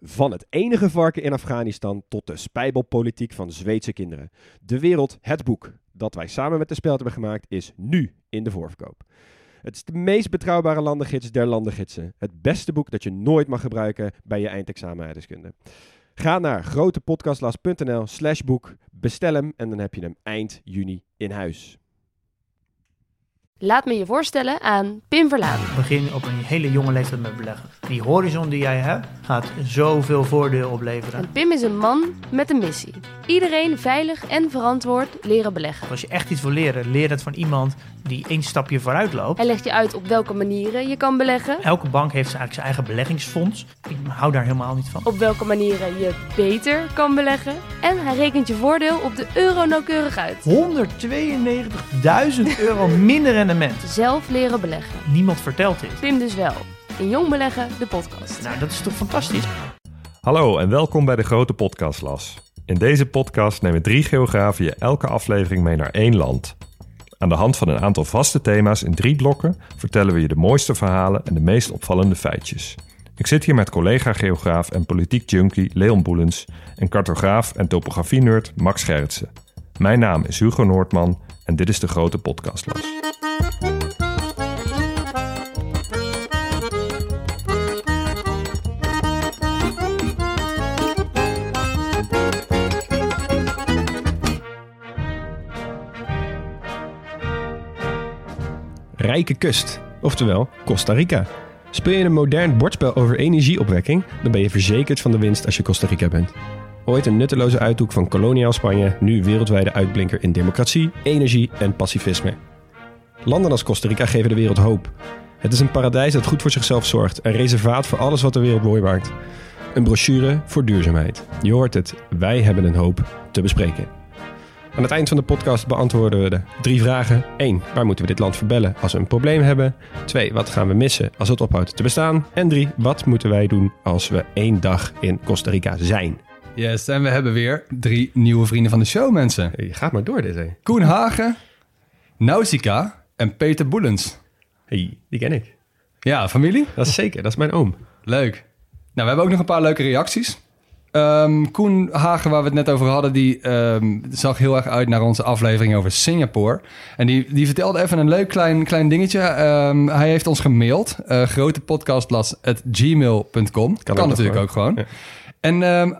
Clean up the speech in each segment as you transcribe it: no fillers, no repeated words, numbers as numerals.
Van het enige varken in Afghanistan tot de spijbelpolitiek van Zweedse kinderen. De Wereld, het boek dat wij samen met de Speld hebben gemaakt, is nu in de voorverkoop. Het is de meest betrouwbare landengids der landengidsen. Het beste boek dat je nooit mag gebruiken bij je eindexamen aardrijkskunde. Ga naar grotepodcastlas.nl/boek, bestel hem en dan heb je hem eind juni in huis. Laat me je voorstellen aan Pim Verlaan. Begin op een hele jonge leeftijd met beleggen. Die horizon die jij hebt, gaat zoveel voordeel opleveren. En Pim is een man met een missie. Iedereen veilig en verantwoord leren beleggen. Als je echt iets wil leren, leer het van iemand die 1 stapje vooruit loopt. Hij legt je uit op welke manieren je kan beleggen. Elke bank heeft eigenlijk zijn eigen beleggingsfonds. Ik hou daar helemaal niet van. Op welke manieren je beter kan beleggen. En hij rekent je voordeel op de euro nauwkeurig uit. 192.000 euro minder rendement. Zelf leren beleggen. Niemand vertelt dit. Pim dus wel. In Jong Beleggen, de podcast. Nou, dat is toch fantastisch? Hallo en welkom bij de Grote Podcastlas. In deze podcast nemen 3 geografen je elke aflevering mee naar 1 land. Aan de hand van een aantal vaste thema's in 3 blokken vertellen we je de mooiste verhalen en de meest opvallende feitjes. Ik zit hier met collega-geograaf en politiek junkie Leon Boelens en cartograaf en topografie-nerd Max Gerritsen. Mijn naam is Hugo Noordman en dit is de Grote Podcastlas. Rijke kust, oftewel Costa Rica. Speel je een modern bordspel over energieopwekking, dan ben je verzekerd van de winst als je Costa Rica bent. Ooit een nutteloze uithoek van koloniaal Spanje, nu wereldwijde uitblinker in democratie, energie en pacifisme. Landen als Costa Rica geven de wereld hoop. Het is een paradijs dat goed voor zichzelf zorgt, een reservaat voor alles wat de wereld mooi maakt. Een brochure voor duurzaamheid. Je hoort het, wij hebben een hoop te bespreken. Aan het eind van de podcast beantwoorden we de 3 vragen. 1. Waar moeten we dit land verbellen als we een probleem hebben? 2. Wat gaan we missen als het ophoudt te bestaan? En 3. Wat moeten wij doen als we 1 dag in Costa Rica zijn? Yes, en we hebben weer 3 nieuwe vrienden van de show, mensen. Hey, gaat maar door dit, hè. Koen Hagen, Nausicaa en Peter Boelens. Hey, die ken ik. Ja, familie? Dat is zeker, dat is mijn oom. Leuk. Nou, we hebben ook nog een paar leuke reacties. Koen Hagen, waar we het net over hadden, die zag heel erg uit naar onze aflevering over Singapore. En die vertelde even een leuk klein dingetje. Hij heeft ons gemaild, grotepodcastlas@gmail.com. Kan natuurlijk ook gewoon. Ja. En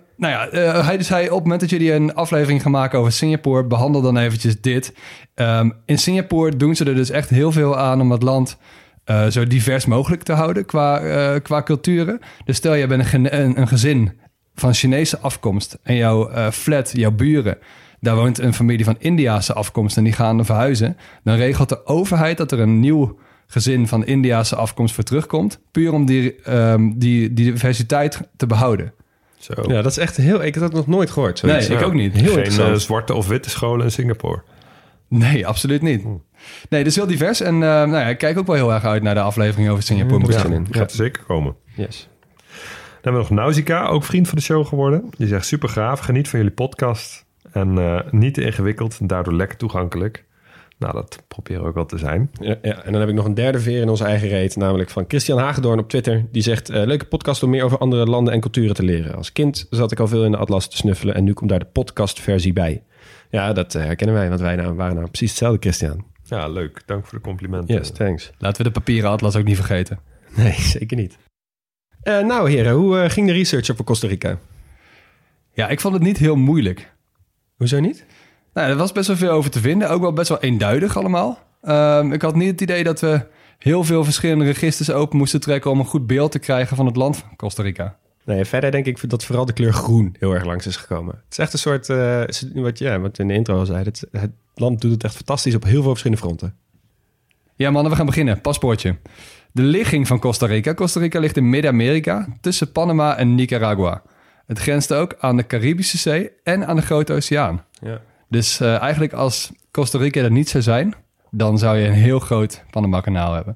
hij zei, op het moment dat jullie een aflevering gaan maken over Singapore, behandel dan eventjes dit. In Singapore doen ze er dus echt heel veel aan om het land zo divers mogelijk te houden qua culturen. Dus stel, jij bent een gezin van Chinese afkomst en jouw flat, jouw buren, daar woont een familie van Indiase afkomst en die gaan verhuizen. Dan regelt de overheid dat er een nieuw gezin van Indiase afkomst voor terugkomt, puur om die diversiteit te behouden. Zo. Ja, dat is echt heel... Ik had dat nog nooit gehoord. Zoiets. Nee, ik ook niet. Heel geen zwarte of witte scholen in Singapore. Nee, absoluut niet. Nee, dus heel divers. En ik kijk ook wel heel erg uit naar de aflevering over Singapore. Gaat er zeker komen. Yes. Dan hebben we nog Nausicaa, ook vriend van de show geworden. Die zegt super gaaf, geniet van jullie podcast. En niet te ingewikkeld en daardoor lekker toegankelijk. Nou, dat proberen we ook wel te zijn. Ja, en dan heb ik nog een derde veer in onze eigen reet. Namelijk van Christian Hagedoorn op Twitter. Die zegt, leuke podcast om meer over andere landen en culturen te leren. Als kind zat ik al veel in de atlas te snuffelen. En nu komt daar de podcastversie bij. Ja, dat herkennen wij. Want wij waren precies hetzelfde, Christian. Ja, leuk. Dank voor de complimenten. Yes, thanks. Laten we de papieren atlas ook niet vergeten. Nee, zeker niet. Nou heren, hoe ging de research over Costa Rica? Ja, ik vond het niet heel moeilijk. Hoezo niet? Nou, er was best wel veel over te vinden. Ook wel best wel eenduidig allemaal. Ik had niet het idee dat we heel veel verschillende registers open moesten trekken om een goed beeld te krijgen van het land van Costa Rica. Nee, verder denk ik dat vooral de kleur groen heel erg langs is gekomen. Het is echt een soort, wat we in de intro al zeiden. Het land doet het echt fantastisch op heel veel verschillende fronten. Ja mannen, we gaan beginnen. Paspoortje. De ligging van Costa Rica. Costa Rica ligt in Midden-Amerika tussen Panama en Nicaragua. Het grenst ook aan de Caribische Zee en aan de Grote Oceaan. Ja. Dus eigenlijk als Costa Rica er niet zou zijn, dan zou je een heel groot Panama-kanaal hebben.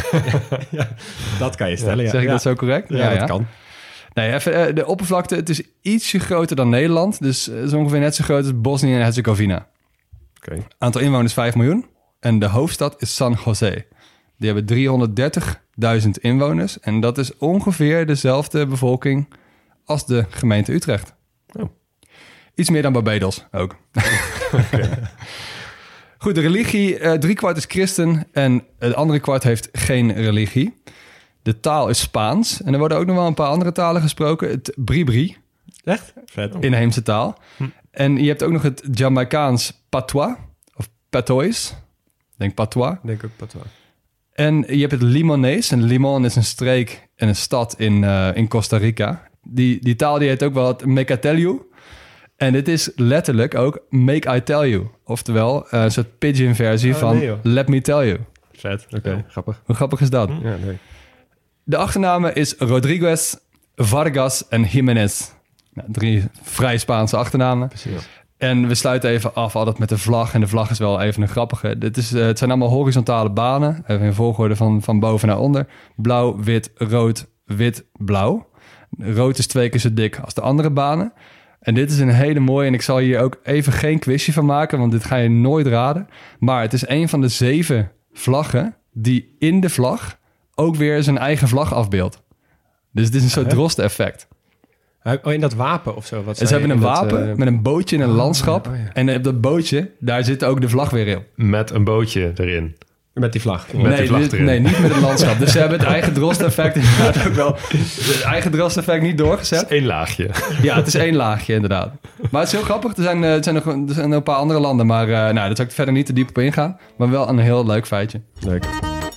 Ja, dat kan je stellen, ja. Zeg ik dat zo correct? Ja, dat kan. Nee, even de oppervlakte, het is ietsje groter dan Nederland. Dus zo ongeveer net zo groot als Bosnië en Herzegovina. Okay. Aantal inwoners 5 miljoen. En de hoofdstad is San José. Die hebben 330.000 inwoners. En dat is ongeveer dezelfde bevolking als de gemeente Utrecht. Oh. Iets meer dan Barbados ook. Goed, de religie, 3/4 is christen en het andere kwart heeft geen religie. De taal is Spaans en er worden ook nog wel een paar andere talen gesproken. Het Bribri, Echt? Vet. inheemse taal. En je hebt ook nog het Jamaicaans Patois, of Patois. Ik denk Patois. Denk ook patois. En je hebt het Limonees. En Limon is een streek en een stad in Costa Rica. Die taal die heet ook wel het Mecatelyu. En dit is letterlijk ook Make I Tell You. Oftewel een soort pidgin versie van nee, joh. Let Me Tell You. Vet, oké. Grappig. Hoe grappig is dat? Ja, leuk. De achternamen is Rodriguez, Vargas en Jiménez. Nou, 3 vrij Spaanse achternamen. Precies. En we sluiten even af altijd met de vlag. En de vlag is wel even een grappige. Het zijn allemaal horizontale banen. Even in volgorde van boven naar onder. Blauw, wit, rood, blauw. Rood is 2 keer zo dik als de andere banen. En dit is een hele mooie. En ik zal hier ook even geen quizje van maken, want dit ga je nooit raden. Maar het is een van de 7 vlaggen die in de vlag ook weer zijn eigen vlag afbeeldt. Dus het is een soort Drost-effect. Oh, in dat wapen of zo? Wat En ze hebben een wapen met een bootje in een landschap. ja. En op dat bootje, daar zit ook de vlag weer in. Met een bootje erin. Met die vlag. Met die vlag erin. Nee, niet met het landschap. Dus ze hebben het eigen Drost-effect inderdaad ook wel. Het eigen Drost-effect niet doorgezet. 1 laagje. Ja, het is 1 laagje inderdaad. Maar het is heel grappig. Er zijn nog een paar andere landen. Maar daar zal ik verder niet te diep op ingaan. Maar wel een heel leuk feitje. Leuk.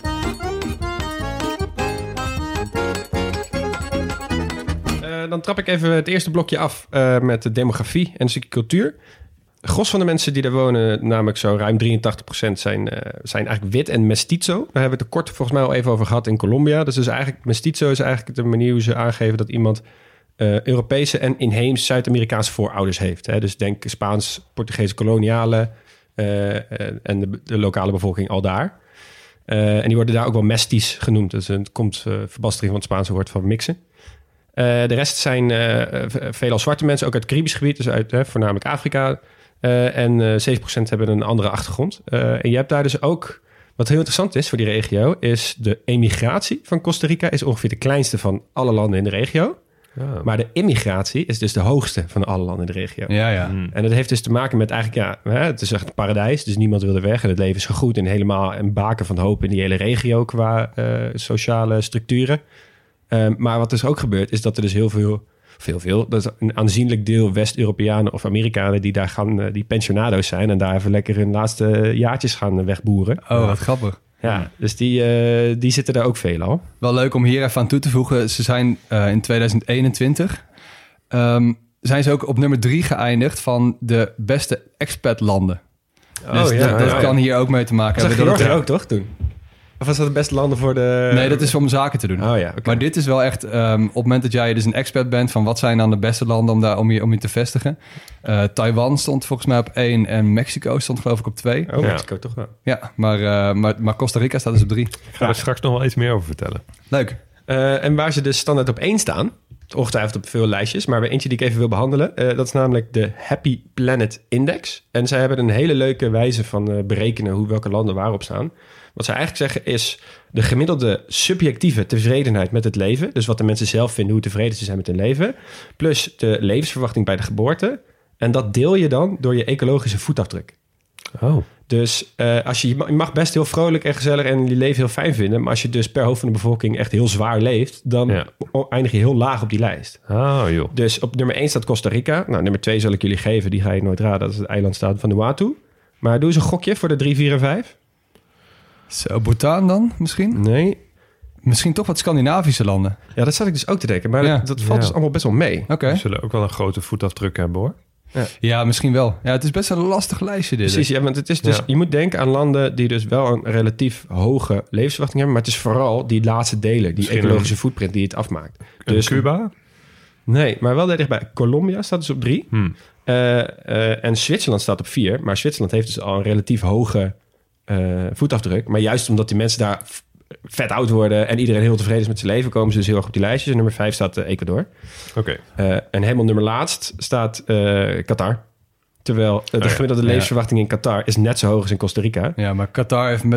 Dan trap ik even het eerste blokje af met de demografie en een stukje cultuur. Gros van de mensen die daar wonen, namelijk zo ruim 83%, zijn eigenlijk wit en mestizo. Daar hebben we het er kort volgens mij al even over gehad in Colombia. Dus eigenlijk mestizo is eigenlijk de manier hoe ze aangeven dat iemand Europese en inheems Zuid-Amerikaanse voorouders heeft. Hè? Dus denk Spaans, Portugese kolonialen en de lokale bevolking al daar. En die worden daar ook wel mestis genoemd. Dus het komt verbastering van het Spaanse woord van mixen. De rest zijn veelal zwarte mensen, ook uit het Caribisch gebied, dus uit voornamelijk Afrika. En 7% hebben een andere achtergrond. En je hebt daar dus ook, wat heel interessant is voor die regio, is de emigratie van Costa Rica is ongeveer de kleinste van alle landen in de regio. Ja. Maar de immigratie is dus de hoogste van alle landen in de regio. Ja. En dat heeft dus te maken met eigenlijk, het is echt een paradijs. Dus niemand wil er weg en het leven is gegroeid en helemaal een baken van hoop in die hele regio qua sociale structuren. Maar wat dus ook gebeurt, is dat er dus heel veel, dat is een aanzienlijk deel West-Europeanen of Amerikanen die daar gaan, die pensionado's zijn en daar even lekker hun laatste jaartjes gaan wegboeren. Oh, wat grappig. Ja, dus die zitten daar ook veel al. Wel leuk om hier even aan toe te voegen. Ze zijn in 2021... zijn ze ook op nummer 3 geëindigd van de beste expatlanden. Dus dat kan hier ook mee te maken hebben. Dat Georgië ook, toch, toen? Of was dat de beste landen voor de... Nee, dat is om zaken te doen. Oh ja, oké. Maar dit is wel echt... op het moment dat jij dus een expat bent... van wat zijn dan de beste landen om je te vestigen? Taiwan stond volgens mij op 1... en Mexico stond geloof ik op 2. Oh, Mexico toch wel. Ja, maar Costa Rica staat dus op 3. Ik ga er straks nog wel iets meer over vertellen. Leuk. En waar ze dus standaard op 1 staan... ongetwijfeld op veel lijstjes... maar bij eentje die ik even wil behandelen... dat is namelijk de Happy Planet Index. En zij hebben een hele leuke wijze van berekenen... welke landen waarop staan... Wat ze eigenlijk zeggen is de gemiddelde subjectieve tevredenheid met het leven. Dus wat de mensen zelf vinden, hoe tevreden ze zijn met hun leven. Plus de levensverwachting bij de geboorte. En dat deel je dan door je ecologische voetafdruk. Oh. Dus je mag best heel vrolijk en gezellig en je leven heel fijn vinden. Maar als je dus per hoofd van de bevolking echt heel zwaar leeft... dan eindig je heel laag op die lijst. Oh, joh. Dus op nummer 1 staat Costa Rica. Nou, nummer 2 zal ik jullie geven. Die ga je nooit raden. Dat is het eilandstaat van Vanuatu. Maar doe eens een gokje voor de 3, 4 en 5. Zo, Bhutan dan misschien? Nee. Misschien toch wat Scandinavische landen. Ja, dat zat ik dus ook te denken. Maar dat valt dus allemaal best wel mee. Oké. We zullen ook wel een grote voetafdruk hebben, hoor. Ja, misschien wel. Ja, het is best een lastig lijstje dit. Precies, ja, want het is dus, je moet denken aan landen die dus wel een relatief hoge levensverwachting hebben, maar het is vooral die laatste delen, die misschien ecologische footprint die het afmaakt. Dus Cuba? Nee, maar wel dichtbij. Colombia staat dus op 3. En Zwitserland staat op 4. Maar Zwitserland heeft dus al een relatief hoge voetafdruk. Maar juist omdat die mensen daar vet oud worden en iedereen heel tevreden is met zijn leven, komen ze dus heel erg op die lijstjes. En nummer 5 staat Ecuador. Oké. En helemaal nummer laatst staat Qatar. Terwijl de gemiddelde levensverwachting in Qatar is net zo hoog als in Costa Rica. Ja, maar Qatar heeft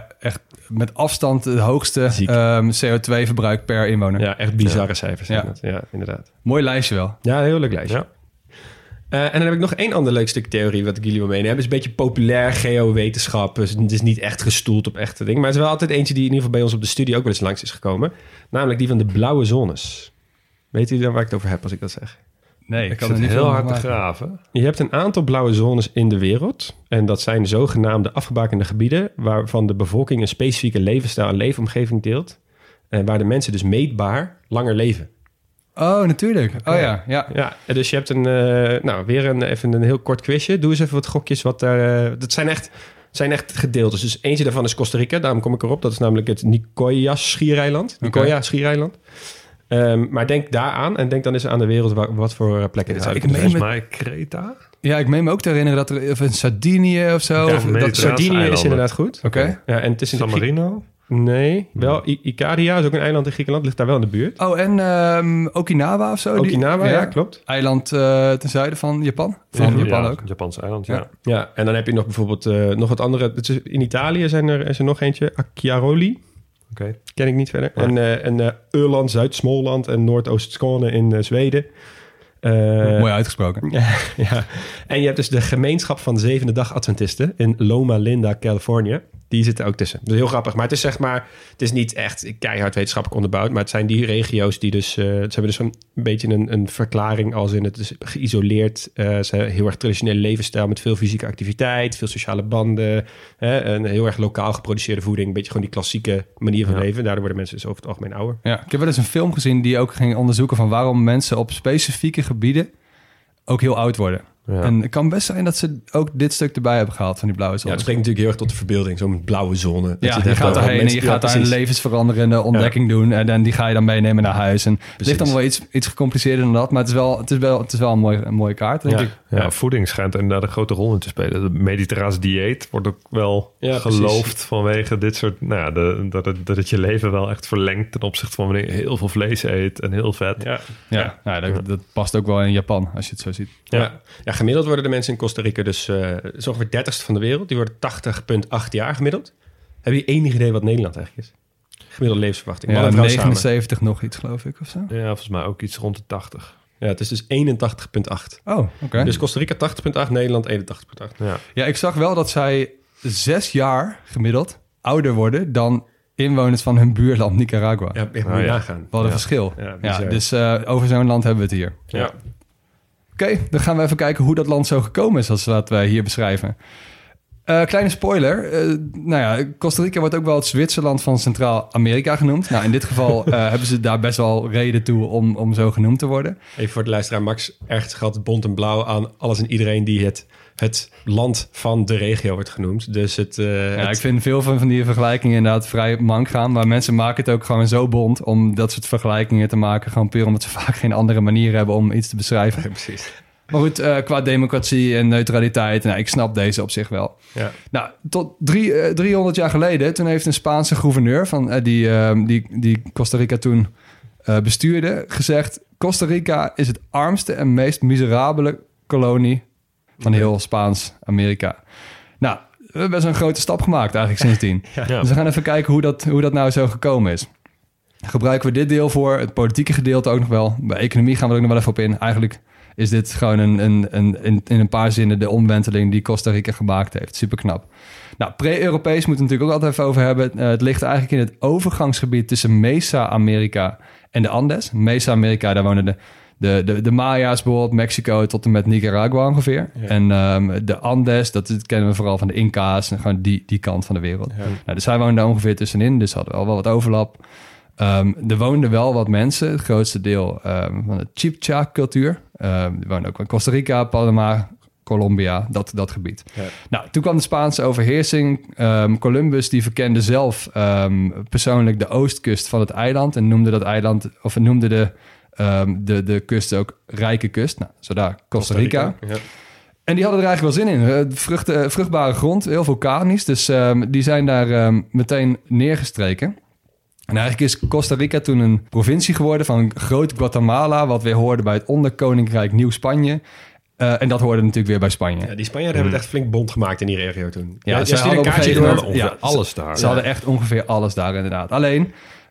met afstand het hoogste CO2-verbruik per inwoner. Ja, echt bizarre cijfers. Ja, inderdaad. Mooi lijstje wel. Ja, een heel leuk lijstje. Ja. En dan heb ik nog één ander leuk stuk theorie wat ik jullie wil meenemen. Het is een beetje populair geowetenschap. Dus het is niet echt gestoeld op echte dingen. Maar het is wel altijd eentje die in ieder geval bij ons op de studie ook wel eens langs is gekomen. Namelijk die van de blauwe zones. Weet jullie dan waar ik het over heb als ik dat zeg? Nee, Ik kan het niet heel hard te graven. Je hebt een aantal blauwe zones in de wereld. En dat zijn zogenaamde afgebakende gebieden waarvan de bevolking een specifieke levensstijl en leefomgeving deelt. En waar de mensen dus meetbaar langer leven. Oh, natuurlijk. Oh ja. Ja, dus je hebt even een heel kort quizje. Doe eens even wat gokjes. Dat zijn echt gedeeltes. Dus eentje daarvan is Costa Rica. Daarom kom ik erop. Dat is namelijk het Nicoya-schiereiland. Nicoya-schiereiland. Maar denk daaraan en denk dan eens aan de wereld wat voor plekken dit zijn. Volgens mij Kreta. Ja, ik meen me ook te herinneren dat er een Sardinië of zo... Ja, dat Sardinië is inderdaad goed. Oké. Ja, en het is San Marino? Nee, wel Icaria is ook een eiland in Griekenland. Ligt daar wel in de buurt. Oh, en Okinawa of zo? Okinawa, ja, klopt. Eiland ten zuiden van Japan. Van Japan ook. Japanse eiland, Ja, en dan heb je nog bijvoorbeeld nog wat andere... In Italië is er nog eentje. Acchiaroli. Oké. Ken ik niet verder. Ja. En Öland, Zuid-Småland en Noordoost-Skåne in Zweden. Mooi uitgesproken. Ja. En je hebt dus de gemeenschap van Zevende Dag Adventisten in Loma Linda, Californië. Die zitten ook tussen. Dat is heel grappig. Maar het is niet echt keihard wetenschappelijk onderbouwd. Maar het zijn die regio's die dus... ze hebben dus een beetje een verklaring als in het is geïsoleerd. Ze hebben heel erg traditionele levensstijl met veel fysieke activiteit, veel sociale banden. Een heel erg lokaal geproduceerde voeding. Een beetje gewoon die klassieke manier van leven. Daardoor worden mensen dus over het algemeen ouder. Ja, ik heb wel eens een film gezien die ook ging onderzoeken van waarom mensen op specifieke gebieden ook heel oud worden. Ja. En het kan best zijn dat ze ook dit stuk erbij hebben gehaald van die blauwe zone. Ja, het spreekt natuurlijk heel erg tot de verbeelding. Zo'n blauwe zone. Ja, je gaat daarheen en je gaat daar een levensveranderende ontdekking doen. En die ga je dan meenemen naar huis. En het ligt dan wel iets gecompliceerder dan dat. Maar het is wel een mooie kaart, denk ik. Ja, voeding schijnt inderdaad een grote rol in te spelen. Het mediterraans dieet wordt ook wel geloofd vanwege dit soort... dat het je leven wel echt verlengt ten opzichte van wanneer je heel veel vlees eet en heel vet. Dat past ook wel in Japan, als je het zo ziet. Ja, gemiddeld worden de mensen in Costa Rica dus is ongeveer 30ste van de wereld. Die worden 80,8 jaar gemiddeld. Heb je enig idee wat Nederland eigenlijk is? Gemiddelde levensverwachting. Ja, 79 nog iets, geloof ik, of zo. Ja, volgens mij ook iets rond de 80. Ja, het is dus 81,8. Oh, oké. Dus Costa Rica 80,8, Nederland 81,8. Ja, ik zag wel dat zij 6 jaar gemiddeld ouder worden dan inwoners van hun buurland Nicaragua. Ja, moet je nagaan. Wat een verschil. Ja, dus over zo'n land hebben we het hier. Ja. Oké, dan gaan we even kijken hoe dat land zo gekomen is, als wat wij hier beschrijven. Kleine spoiler. Costa Rica wordt ook wel het Zwitserland van Centraal-Amerika genoemd. Nou, in dit geval hebben ze daar best wel reden toe om zo genoemd te worden. Even voor de luisteraar. Max ergt zich altijd bont en blauw aan alles en iedereen die het land van de regio wordt genoemd. Dus ik vind veel van die vergelijkingen inderdaad vrij mank gaan. Maar mensen maken het ook gewoon zo bont om dat soort vergelijkingen te maken. Gewoon puur omdat ze vaak geen andere manier hebben om iets te beschrijven. Ja, precies. Maar goed, qua democratie en neutraliteit, ik snap deze op zich wel. Ja. Nou, tot 300 jaar geleden, toen heeft een Spaanse gouverneur van die Costa Rica toen bestuurde, gezegd: Costa Rica is het armste en meest miserabele kolonie van heel Spaans-Amerika. Nou, we hebben best een grote stap gemaakt eigenlijk sindsdien. Ja. Dus we gaan even kijken hoe dat nou zo gekomen is. Gebruiken we dit deel voor, het politieke gedeelte ook nog wel. Bij economie gaan we er ook nog wel even op in. Eigenlijk is dit gewoon in een paar zinnen de omwenteling die Costa Rica gemaakt heeft. Super knap. Nou, pre-Europees moeten we natuurlijk ook altijd even over hebben. Het ligt eigenlijk in het overgangsgebied tussen Mesoamerika en de Andes. Mesoamerika, daar wonen de Maya's bijvoorbeeld, Mexico tot en met Nicaragua ongeveer. Ja. En de Andes, dat kennen we vooral van de Inca's en gewoon die kant van de wereld. Ja. Nou, dus zij woonden daar ongeveer tussenin, dus hadden we wel wat overlap. Er woonden wel wat mensen, het grootste deel van de Chibcha-cultuur. Er woonden ook in Costa Rica, Panama, Colombia, dat gebied. Ja. Nou, toen kwam de Spaanse overheersing. Columbus die verkende zelf persoonlijk de oostkust van het eiland en noemde dat eiland, of noemde de kust ook Rijke Kust. Nou, zodaar Costa Rica. Ja. En die hadden er eigenlijk wel zin in. Vruchtbare grond, heel vulkanisch. Dus die zijn daar meteen neergestreken. En eigenlijk is Costa Rica toen een provincie geworden van Groot Guatemala, wat weer hoorde bij het onderkoninkrijk Nieuw-Spanje. En dat hoorde natuurlijk weer bij Spanje. Ja, die Spanjaarden hebben het echt flink bond gemaakt in die regio toen. Ja, ze hadden op een gegeven moment alles daar. Ze hadden echt ongeveer alles daar inderdaad. Alleen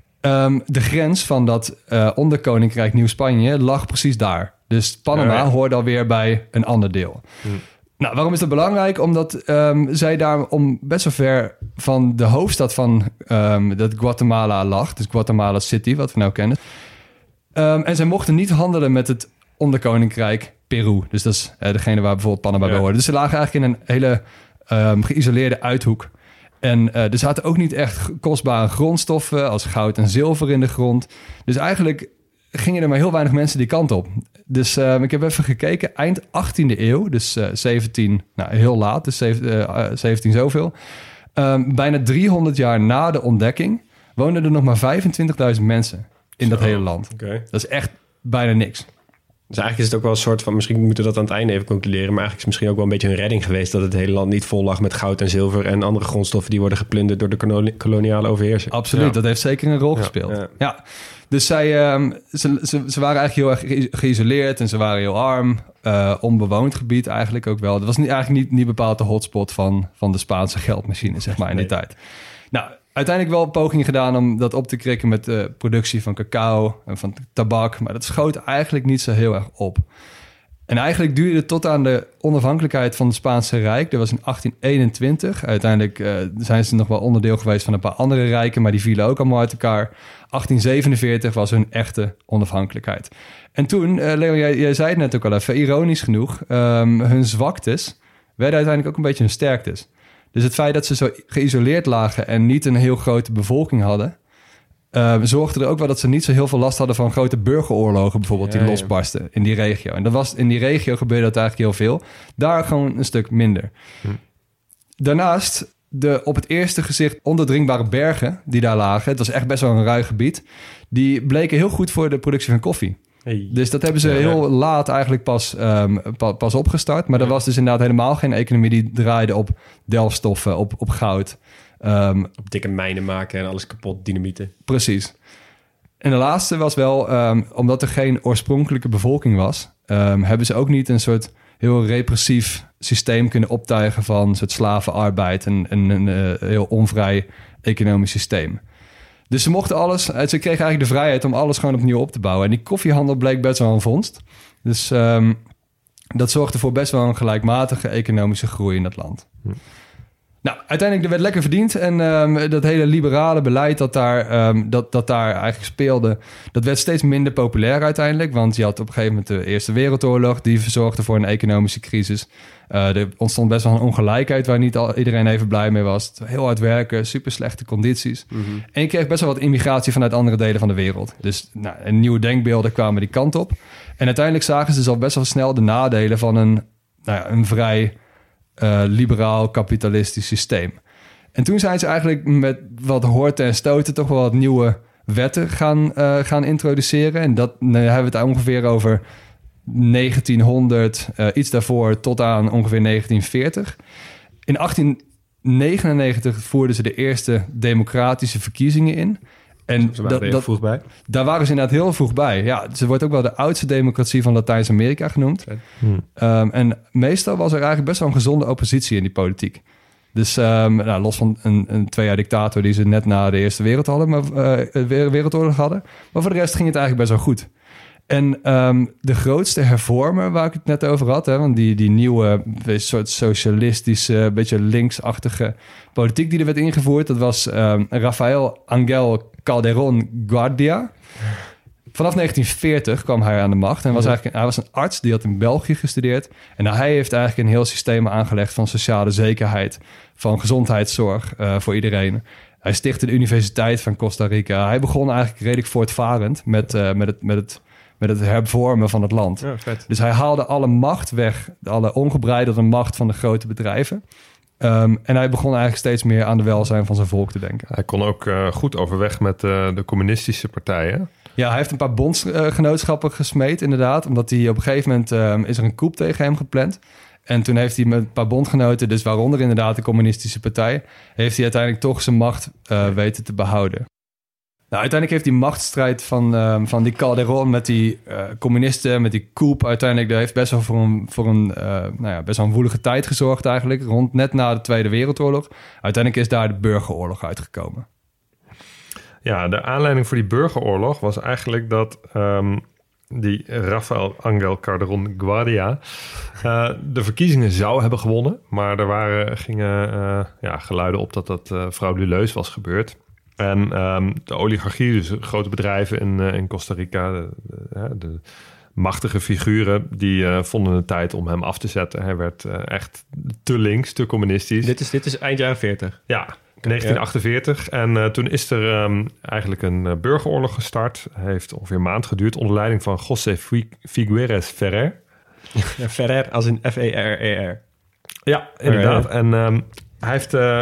de grens van dat onderkoninkrijk Nieuw-Spanje lag precies daar. Dus Panama hoorde alweer bij een ander deel. Nou, waarom is dat belangrijk? Omdat zij daar best wel ver van de hoofdstad van dat Guatemala lag. Dus Guatemala City, wat we nou kennen. En zij mochten niet handelen met het onderkoninkrijk Peru. Dus dat is degene waar bijvoorbeeld Panama bij hoorde. Dus ze lagen eigenlijk in een hele geïsoleerde uithoek. En er zaten ook niet echt kostbare grondstoffen als goud en zilver in de grond. Dus eigenlijk gingen er maar heel weinig mensen die kant op. Dus ik heb even gekeken, eind 18e eeuw, dus 17, heel laat, dus 17 zoveel. Bijna 300 jaar na de ontdekking woonden er nog maar 25.000 mensen in dat hele land. Okay. Dat is echt bijna niks. Dus eigenlijk is het ook wel een soort van... Misschien moeten we dat aan het einde even concluderen... maar eigenlijk is het misschien ook wel een beetje een redding geweest... dat het hele land niet vol lag met goud en zilver... en andere grondstoffen die worden geplunderd... door de koloniale overheersing. Absoluut, dat heeft zeker een rol gespeeld. Ja. Dus ze waren eigenlijk heel erg geïsoleerd... en ze waren heel arm. Onbewoond gebied eigenlijk ook wel. Dat was eigenlijk niet bepaald de hotspot van de Spaanse geldmachine... zeg maar, in die tijd. Nou... Uiteindelijk wel pogingen gedaan om dat op te krikken met de productie van cacao en van tabak. Maar dat schoot eigenlijk niet zo heel erg op. En eigenlijk duurde het tot aan de onafhankelijkheid van het Spaanse Rijk. Dat was in 1821. Uiteindelijk zijn ze nog wel onderdeel geweest van een paar andere rijken, maar die vielen ook allemaal uit elkaar. 1847 was hun echte onafhankelijkheid. En toen, Leon, jij zei het net ook al even, ironisch genoeg, hun zwaktes werden uiteindelijk ook een beetje hun sterktes. Dus het feit dat ze zo geïsoleerd lagen en niet een heel grote bevolking hadden... zorgde er ook wel dat ze niet zo heel veel last hadden van grote burgeroorlogen... bijvoorbeeld die losbarsten in die regio. En in die regio gebeurde dat eigenlijk heel veel. Daar gewoon een stuk minder. Daarnaast de op het eerste gezicht onderdringbare bergen die daar lagen... het was echt best wel een ruig gebied... die bleken heel goed voor de productie van koffie. Hey. Dus dat hebben ze heel laat eigenlijk pas opgestart. Maar er was dus inderdaad helemaal geen economie die draaide op delfstoffen, op goud. Op dikke mijnen maken en alles kapot, dynamieten. Precies. En de laatste was wel, omdat er geen oorspronkelijke bevolking was... hebben ze ook niet een soort heel repressief systeem kunnen optuigen... van een soort slavenarbeid en een heel onvrij economisch systeem. Dus ze mochten alles... Ze kregen eigenlijk de vrijheid om alles gewoon opnieuw op te bouwen. En die koffiehandel bleek best wel een vondst. Dus dat zorgde voor best wel een gelijkmatige economische groei in dat land. Nou, uiteindelijk werd lekker verdiend. En dat hele liberale beleid dat daar eigenlijk speelde... dat werd steeds minder populair uiteindelijk. Want je had op een gegeven moment de Eerste Wereldoorlog... die verzorgde voor een economische crisis. Er ontstond best wel een ongelijkheid... waar niet iedereen even blij mee was. Heel hard werken, super slechte condities. Mm-hmm. En je kreeg best wel wat immigratie vanuit andere delen van de wereld. Dus nieuwe denkbeelden kwamen die kant op. En uiteindelijk zagen ze dus al best wel snel de nadelen... van een vrij... liberaal kapitalistisch systeem. En toen zijn ze eigenlijk met wat horten en stoten... toch wel wat nieuwe wetten gaan introduceren. En dat hebben we het ongeveer over 1900, iets daarvoor tot aan ongeveer 1940. In 1899 voerden ze de eerste democratische verkiezingen in... En ze waren er heel vroeg bij. Daar waren ze inderdaad heel vroeg bij. Ja, ze wordt ook wel de oudste democratie van Latijns-Amerika genoemd. En meestal was er eigenlijk best wel een gezonde oppositie in die politiek. Dus los van een 2 jaar dictator die ze net na de Eerste Wereldoorlog hadden. Maar voor de rest ging het eigenlijk best wel goed. En de grootste hervormer waar ik het net over had... want die nieuwe soort socialistische, beetje linksachtige politiek die er werd ingevoerd... dat was Rafael Angel Calderón Guardia. Vanaf 1940 kwam hij aan de macht. En hij was een arts, die had in België gestudeerd. En hij heeft eigenlijk een heel systeem aangelegd... van sociale zekerheid, van gezondheidszorg voor iedereen... Hij stichtte de Universiteit van Costa Rica. Hij begon eigenlijk redelijk voortvarend met het hervormen van het land. Ja, vet. Dus hij haalde alle macht weg, alle ongebreidelde macht van de grote bedrijven. En hij begon eigenlijk steeds meer aan de welzijn van zijn volk te denken. Hij kon ook goed overweg met de communistische partijen. Ja, hij heeft een paar bondsgenootschappen gesmeed, inderdaad. Omdat hij op een gegeven moment is er een coup tegen hem gepland. En toen heeft hij met een paar bondgenoten, dus waaronder inderdaad de communistische partij... heeft hij uiteindelijk toch zijn macht weten te behouden. uiteindelijk heeft die machtsstrijd van die Calderón met die communisten, met die coup uiteindelijk, dat heeft best wel voor een best wel een woelige tijd gezorgd eigenlijk, rond net na de Tweede Wereldoorlog. Uiteindelijk is daar de burgeroorlog uitgekomen. Ja, de aanleiding voor die burgeroorlog was eigenlijk dat die Rafael Angel Calderón Guardia de verkiezingen zou hebben gewonnen. Maar er gingen geluiden op dat dat frauduleus was gebeurd. En de oligarchie, dus grote bedrijven in Costa Rica, de machtige figuren, die vonden het tijd om hem af te zetten. Hij werd echt te links, te communistisch. Dit is eind jaren 40. Ja, 1948. En toen is er eigenlijk een burgeroorlog gestart. Heeft ongeveer een maand geduurd onder leiding van José Figueres Ferrer. Ja, Ferrer als in F-E-R-E-R. Ja, inderdaad. En hij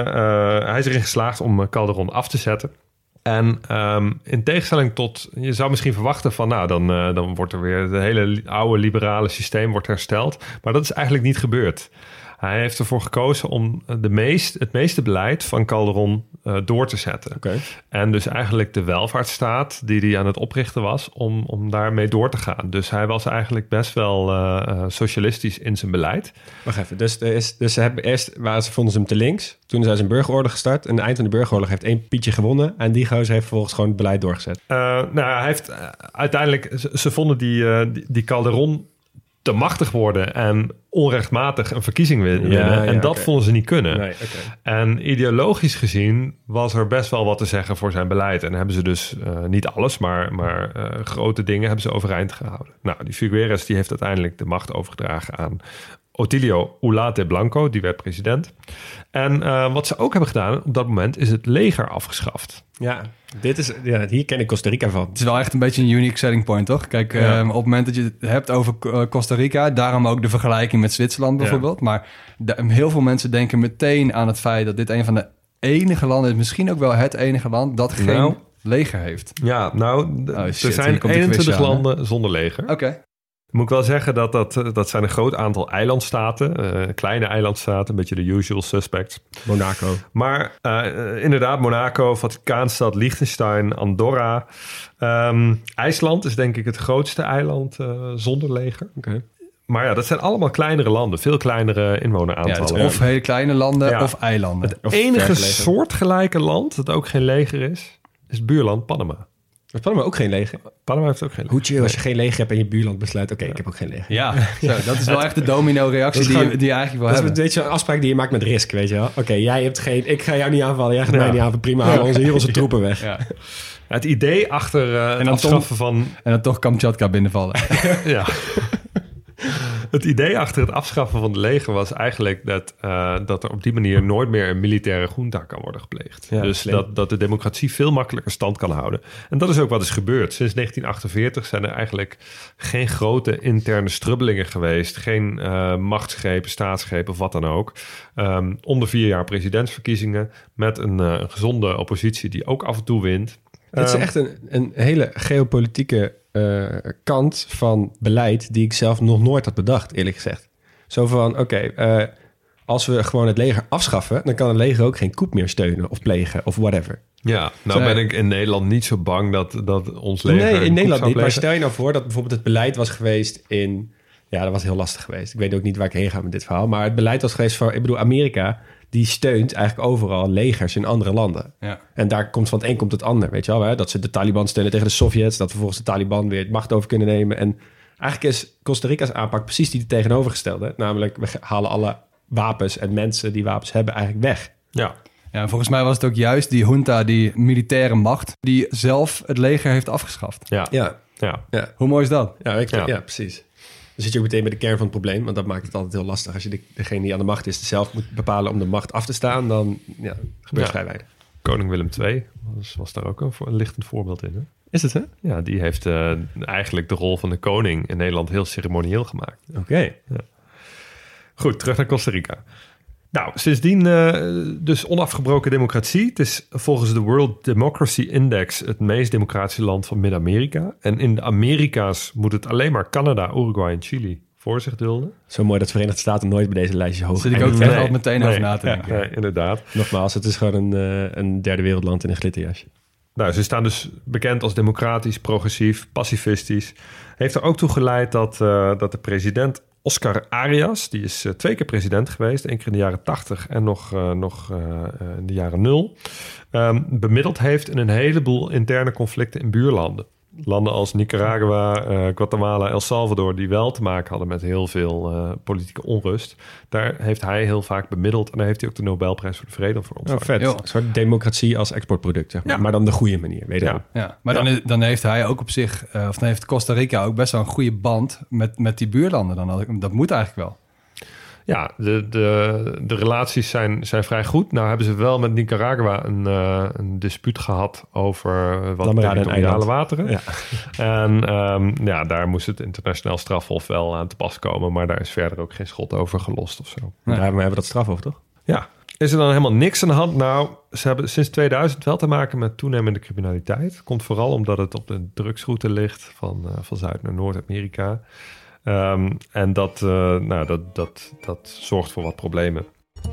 is erin geslaagd om Calderón af te zetten. En in tegenstelling tot, je zou misschien verwachten van, dan wordt er weer het hele oude liberale systeem wordt hersteld. Maar dat is eigenlijk niet gebeurd. Hij heeft ervoor gekozen om het meeste beleid van Calderón door te zetten. Okay. En dus eigenlijk de welvaartsstaat die hij aan het oprichten was, om daarmee door te gaan. Dus hij was eigenlijk best wel socialistisch in zijn beleid. Wacht even, dus ze hebben vonden ze hem te links. Toen zijn ze een burgeroorlog gestart. En aan het eind van de burgeroorlog heeft 1 Pietje gewonnen. En die gozer heeft vervolgens gewoon het beleid doorgezet. Hij heeft uiteindelijk, ze vonden die Calderón te machtig worden en onrechtmatig een verkiezing winnen. En dat vonden ze niet kunnen. Nee, En ideologisch gezien was er best wel wat te zeggen voor zijn beleid. En hebben ze dus niet alles, maar grote dingen hebben ze overeind gehouden. Nou, die Figueres die heeft uiteindelijk de macht overgedragen aan Otilio Ulate Blanco, die werd president. En wat ze ook hebben gedaan op dat moment is het leger afgeschaft. Ja, hier ken ik Costa Rica van. Het is wel echt een beetje een unique selling point, toch? Kijk, op het moment dat je het hebt over Costa Rica, daarom ook de vergelijking met Zwitserland bijvoorbeeld. Ja. Maar heel veel mensen denken meteen aan het feit dat dit een van de enige landen is, misschien ook wel het enige land, dat geen leger heeft. Ja, er zijn 21 landen zonder leger. Oké. Moet ik wel zeggen dat zijn een groot aantal eilandstaten. Kleine eilandstaten, een beetje de usual suspects. Monaco. Maar inderdaad, Monaco, Vaticaanstad, Liechtenstein, Andorra. IJsland is denk ik het grootste eiland zonder leger. Okay. Maar ja, dat zijn allemaal kleinere landen. Veel kleinere inwoneraantallen. Ja, of hele kleine landen of eilanden. Het enige soortgelijke land dat ook geen leger is buurland Panama. Heeft Panama ook geen leger? Panama heeft ook geen leger. Hoe chill als je geen leger hebt en je buurland besluit, oké, ik heb ook geen leger. Ja, dat is wel echt de domino-reactie die je eigenlijk wil hebben. Dat is een afspraak die je maakt met Risk, weet je wel. Oké, jij hebt geen, ik ga jou niet aanvallen, jij gaat mij niet aanvallen. Prima, halen hier onze troepen weg. Ja. Het idee achter het afschaffen van... En dan toch Kamchatka binnenvallen. Ja. Het idee achter het afschaffen van het leger was eigenlijk dat er op die manier nooit meer een militaire junta kan worden gepleegd. Ja, dus dat de democratie veel makkelijker stand kan houden. En dat is ook wat is gebeurd. Sinds 1948 zijn er eigenlijk geen grote interne strubbelingen geweest. Geen machtsgrepen, staatsgrepen of wat dan ook. Om de 4 jaar presidentsverkiezingen met een gezonde oppositie die ook af en toe wint. Dit is echt een hele geopolitieke kant van beleid die ik zelf nog nooit had bedacht, eerlijk gezegd. Zo van, als we gewoon het leger afschaffen, dan kan het leger ook geen coup meer steunen of plegen of whatever. Ja, ben ik in Nederland niet zo bang dat ons leger... Nee, in Nederland niet. Maar stel je nou voor dat bijvoorbeeld het beleid was geweest in... Ja, dat was heel lastig geweest. Ik weet ook niet waar ik heen ga met dit verhaal. Maar het beleid was geweest voor... Ik bedoel, Amerika, die steunt eigenlijk overal legers in andere landen. Ja. En daar komt van het een komt het ander, weet je wel. Hè? Dat ze de Taliban steunen tegen de Sovjets. Dat vervolgens de Taliban weer het macht over kunnen nemen. En eigenlijk is Costa Rica's aanpak precies die tegenovergestelde. Namelijk, we halen alle wapens en mensen die wapens hebben eigenlijk weg. Ja. Ja, en volgens mij was het ook juist die junta, die militaire macht, die zelf het leger heeft afgeschaft. Ja. Hoe mooi is dat? Ja, precies. Dan zit je ook meteen bij de kern van het probleem, want dat maakt het altijd heel lastig. Als je degene die aan de macht is zelf moet bepalen om de macht af te staan, dan gebeurt vrij weinig. Koning Willem II was daar ook een lichtend voorbeeld in. Hè? Is het, hè? Ja, die heeft eigenlijk de rol van de koning in Nederland heel ceremonieel gemaakt. Oké. Ja. Goed, terug naar Costa Rica. Nou, sindsdien dus onafgebroken democratie. Het is volgens de World Democracy Index het meest democratische land van Midden-Amerika. En in de Amerika's moet het alleen maar Canada, Uruguay en Chili voor zich dulden. Zo mooi dat de Verenigde Staten nooit bij deze lijstjes hoog zit ik ook echt meteen over na te denken. Ja, inderdaad. Nogmaals, het is gewoon een derde wereldland in een glitterjasje. Nou, ze staan dus bekend als democratisch, progressief, pacifistisch. Heeft er ook toe geleid dat de president Oscar Arias, die is 2 keer president geweest, 1 keer in de jaren 80 en nog in de jaren 0, bemiddeld heeft in een heleboel interne conflicten in buurlanden. Landen als Nicaragua, Guatemala, El Salvador, die wel te maken hadden met heel veel politieke onrust. Daar heeft hij heel vaak bemiddeld. En daar heeft hij ook de Nobelprijs voor de Vrede voor ontvangen. Vet. Een soort democratie als exportproduct, zeg maar. Ja. Maar dan de goede manier, wederom. Ja, maar dan heeft hij ook op zich, of dan heeft Costa Rica ook best wel een goede band met die buurlanden. Dat moet eigenlijk wel. Ja, de relaties zijn vrij goed. Nou hebben ze wel met Nicaragua een dispuut gehad over wat territoriale wateren. Ja. En daar moest het internationaal strafhof wel aan te pas komen. Maar daar is verder ook geen schot over gelost of zo. Ja, maar we hebben dat strafhof, toch? Ja. Is er dan helemaal niks aan de hand? Nou, ze hebben sinds 2000 wel te maken met toenemende criminaliteit. Komt vooral omdat het op de drugsroute ligt van Zuid- naar Noord-Amerika. En dat zorgt voor wat problemen.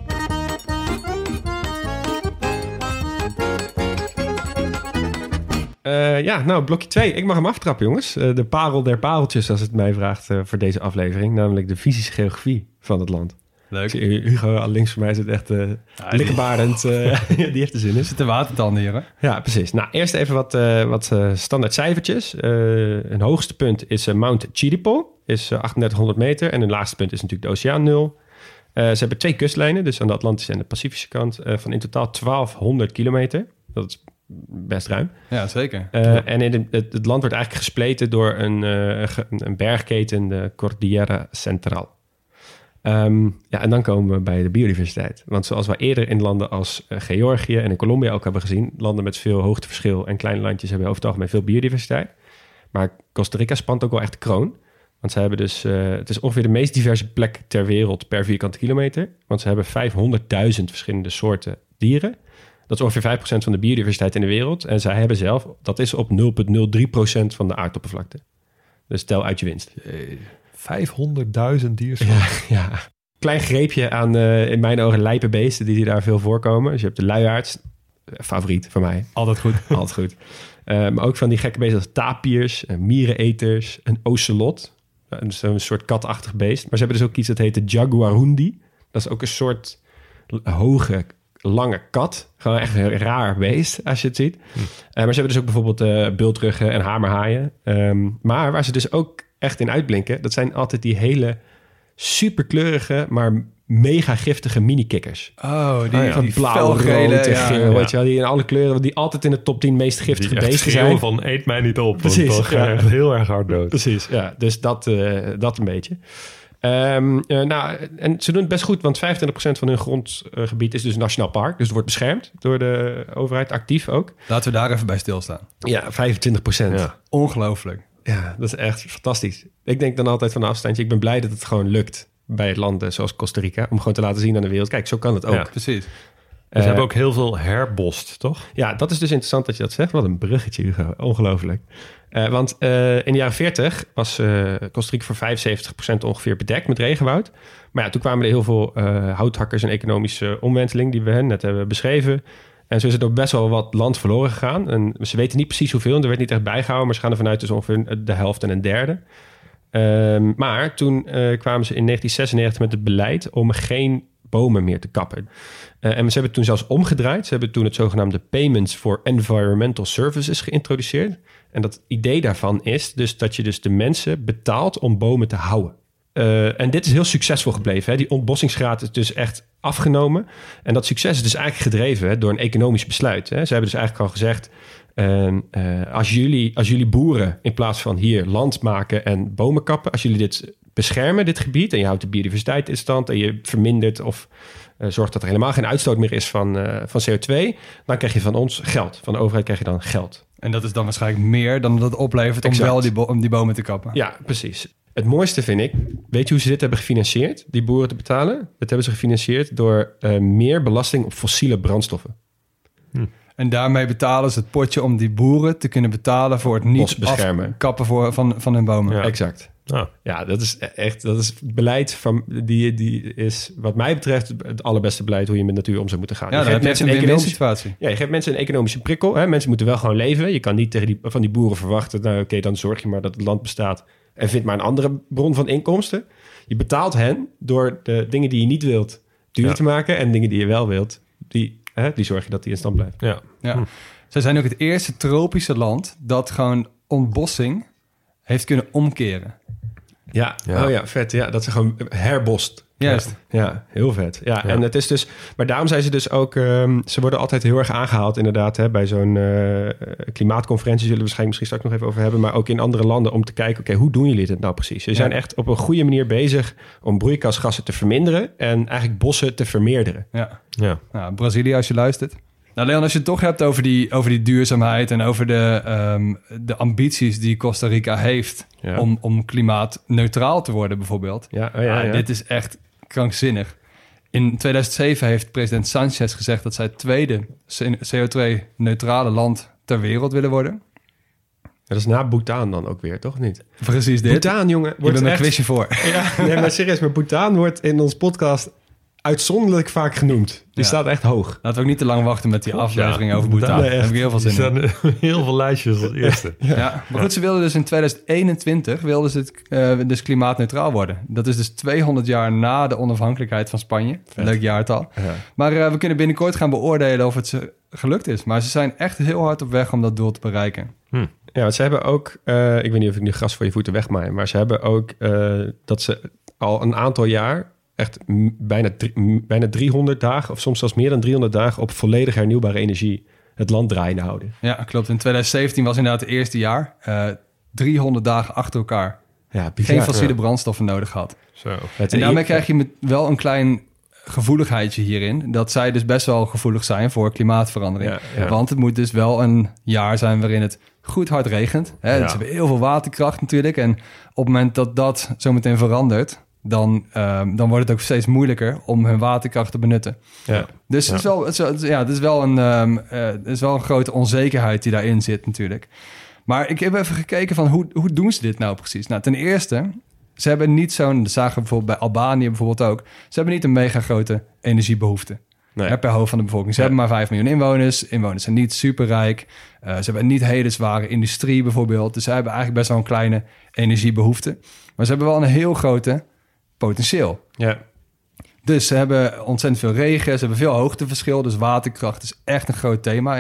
Blokje 2. Ik mag hem aftrappen, jongens. De parel der pareltjes, als het mij vraagt voor deze aflevering. Namelijk de fysische geografie van het land. Leuk. Hugo al links van mij zit echt likkerbarend. Die heeft er zin in. Zitten watertanden hier, hè? Ja, precies. Nou, eerst even wat standaard cijfertjes. Een hoogste punt is Mount Chiripo. Is 3800 meter. En een laagste punt is natuurlijk de Oceaan 0. Ze hebben 2 kustlijnen. Dus aan de Atlantische en de Pacifische kant. Van in totaal 1200 kilometer. Dat is best ruim. Ja, zeker. En het land wordt eigenlijk gespleten door een bergketen, de Cordillera Central. En dan komen we bij de biodiversiteit. Want zoals we eerder in landen als Georgië en in Colombia ook hebben gezien, landen met veel hoogteverschil en kleine landjes hebben over het algemeen veel biodiversiteit. Maar Costa Rica spant ook wel echt de kroon. Want ze hebben dus, het is ongeveer de meest diverse plek ter wereld per vierkante kilometer. Want ze hebben 500.000 verschillende soorten dieren. Dat is ongeveer 5% van de biodiversiteit in de wereld. En zij hebben zelf, dat is op 0,03% van de aardoppervlakte. Dus tel uit je winst. 500.000 diersoorten. Ja. Klein greepje aan, in mijn ogen, lijpe beesten die daar veel voorkomen. Dus je hebt de luiaard, favoriet van mij. Altijd goed. Altijd goed. Maar ook van die gekke beesten als tapirs, miereneters, een ocelot. Dus een soort katachtig beest. Maar ze hebben dus ook iets dat heet de jaguarundi. Dat is ook een soort hoge, lange kat. Gewoon echt een raar beest, als je het ziet. Maar ze hebben dus ook bijvoorbeeld bultruggen en hamerhaaien. Maar waar ze dus ook echt in uitblinken, dat zijn altijd die hele superkleurige, maar mega giftige mini-kikkers. Die blauw, rood en geel, weet je wel, die in alle kleuren, die altijd in de top 10 meest giftige beesten zijn. Van eet mij niet op, precies, want dan ga je echt heel erg hard dood. Precies, ja, dus dat een beetje. En ze doen het best goed, want 25% van hun grondgebied is dus een nationaal park. Dus het wordt beschermd door de overheid, actief ook. Laten we daar even bij stilstaan. Ja, 25%. Ja. Ongelooflijk. Ja, dat is echt fantastisch. Ik denk dan altijd van een afstandje, ik ben blij dat het gewoon lukt bij landen zoals Costa Rica, om gewoon te laten zien aan de wereld, kijk, zo kan het ook. Ja, precies. Ze hebben ook heel veel herbost, toch? Ja, dat is dus interessant dat je dat zegt. Wat een bruggetje, Hugo. Ongelooflijk. Want in de jaren 40 was Costa Rica voor 75% ongeveer bedekt met regenwoud. Maar ja, toen kwamen er heel veel houthakkers en economische omwenteling die we net hebben beschreven. En zo is het ook best wel wat land verloren gegaan. En ze weten niet precies hoeveel, en er werd niet echt bijgehouden, maar ze gaan er vanuit dus ongeveer de helft en een derde. Maar toen kwamen ze in 1996 met het beleid om geen bomen meer te kappen. En ze hebben toen zelfs omgedraaid. Ze hebben toen het zogenaamde Payments for Environmental Services geïntroduceerd. En dat idee daarvan is dus dat je dus de mensen betaalt om bomen te houden. En dit is heel succesvol gebleven. Hè? Die ontbossingsgraad is dus echt afgenomen. En dat succes is dus eigenlijk gedreven door een economisch besluit. Hè? Ze hebben dus eigenlijk al gezegd, als jullie boeren in plaats van hier land maken en bomen kappen, als jullie dit beschermen, dit gebied, en je houdt de biodiversiteit in stand en je vermindert of zorgt dat er helemaal geen uitstoot meer is van CO2, dan krijg je van ons geld. Van de overheid krijg je dan geld. En dat is dan waarschijnlijk meer dan dat het oplevert om wel om die bomen te kappen. Ja, precies. Het mooiste vind ik, weet je hoe ze dit hebben gefinancierd, die boeren te betalen? Dat hebben ze gefinancierd door meer belasting op fossiele brandstoffen. En daarmee betalen ze het potje om die boeren te kunnen betalen voor het niet afkappen van hun bomen. Ja. Exact. Ja, dat is beleid van die is wat mij betreft het allerbeste beleid hoe je met natuur om zou moeten gaan. Ja, dan heb je echt een win-win situatie. Ja, je geeft mensen een economische prikkel. Hè? Mensen moeten wel gewoon leven. Je kan niet tegen van die boeren verwachten, nou oké, dan zorg je maar dat het land bestaat en vind maar een andere bron van inkomsten. Je betaalt hen door de dingen die je niet wilt duur te maken en dingen die je wel wilt, die zorg je dat die in stand blijven. Ja. Zij zijn ook het eerste tropische land dat gewoon ontbossing heeft kunnen omkeren. Ja. Oh ja, vet. Ja, dat ze gewoon herbost. Juist. Ja, heel vet. Ja, en het is dus... Maar daarom zijn ze dus ook... ze worden altijd heel erg aangehaald inderdaad. Hè, bij zo'n klimaatconferentie zullen we waarschijnlijk misschien straks nog even over hebben. Maar ook in andere landen om te kijken... Oké, hoe doen jullie dit nou precies? Ze zijn echt op een goede manier bezig om broeikasgassen te verminderen... en eigenlijk bossen te vermeerderen. Ja. Nou, Brazilië, als je luistert. Nou, Leon, als je het toch hebt over die duurzaamheid... en over de ambities die Costa Rica heeft... om klimaatneutraal te worden bijvoorbeeld. Dit is echt krankzinnig. In 2007 heeft president Sanchez gezegd... dat zij het tweede CO2-neutrale land ter wereld willen worden. Dat is na Bhutan dan ook weer, toch niet? Precies dit. Bhutan, jongen. Je bent een quizje voor. Ja, nee, maar serieus. Maar Bhutan wordt in ons podcast... uitzonderlijk vaak genoemd. Die staat echt hoog. Laten we ook niet te lang wachten met die aflevering over Bhutan. Daar heb ik heel veel zin in. Er staan heel veel lijstjes als eerste. Maar goed, ze wilden dus in 2021 dus klimaatneutraal worden. Dat is dus 200 jaar na de onafhankelijkheid van Spanje. Vet. Leuk jaartal. Ja. Maar we kunnen binnenkort gaan beoordelen of het ze gelukt is. Maar ze zijn echt heel hard op weg om dat doel te bereiken. Ja, want ze hebben ook... ik weet niet of ik nu gras voor je voeten wegmaai... maar ze hebben ook dat ze al een aantal jaar... echt bijna 300 dagen... of soms zelfs meer dan 300 dagen... op volledig hernieuwbare energie het land draaiende houden. Ja, klopt. In 2017 was inderdaad het eerste jaar. 300 dagen achter elkaar. Ja, bizar, geen fossiele brandstoffen nodig had. Zo. En daarmee krijg je wel een klein gevoeligheidje hierin... dat zij dus best wel gevoelig zijn voor klimaatverandering. Ja. Want het moet dus wel een jaar zijn waarin het goed hard regent. Hè? Ze hebben heel veel waterkracht natuurlijk. En op het moment dat dat zometeen verandert... Dan wordt het ook steeds moeilijker om hun waterkracht te benutten. Ja. Dus het is wel een grote onzekerheid die daarin zit natuurlijk. Maar ik heb even gekeken van hoe doen ze dit nou precies? Nou, ten eerste, ze hebben niet dat zagen we bijvoorbeeld bij Albanië bijvoorbeeld ook. Ze hebben niet een mega grote energiebehoefte. Nee. Per hoofd van de bevolking. Ze hebben maar 5 miljoen inwoners. Inwoners zijn niet superrijk. Ze hebben niet hele zware industrie bijvoorbeeld. Dus ze hebben eigenlijk best wel een kleine energiebehoefte. Maar ze hebben wel een heel grote potentieel. Ja. Dus ze hebben ontzettend veel regen, ze hebben veel hoogteverschil, dus waterkracht is echt een groot thema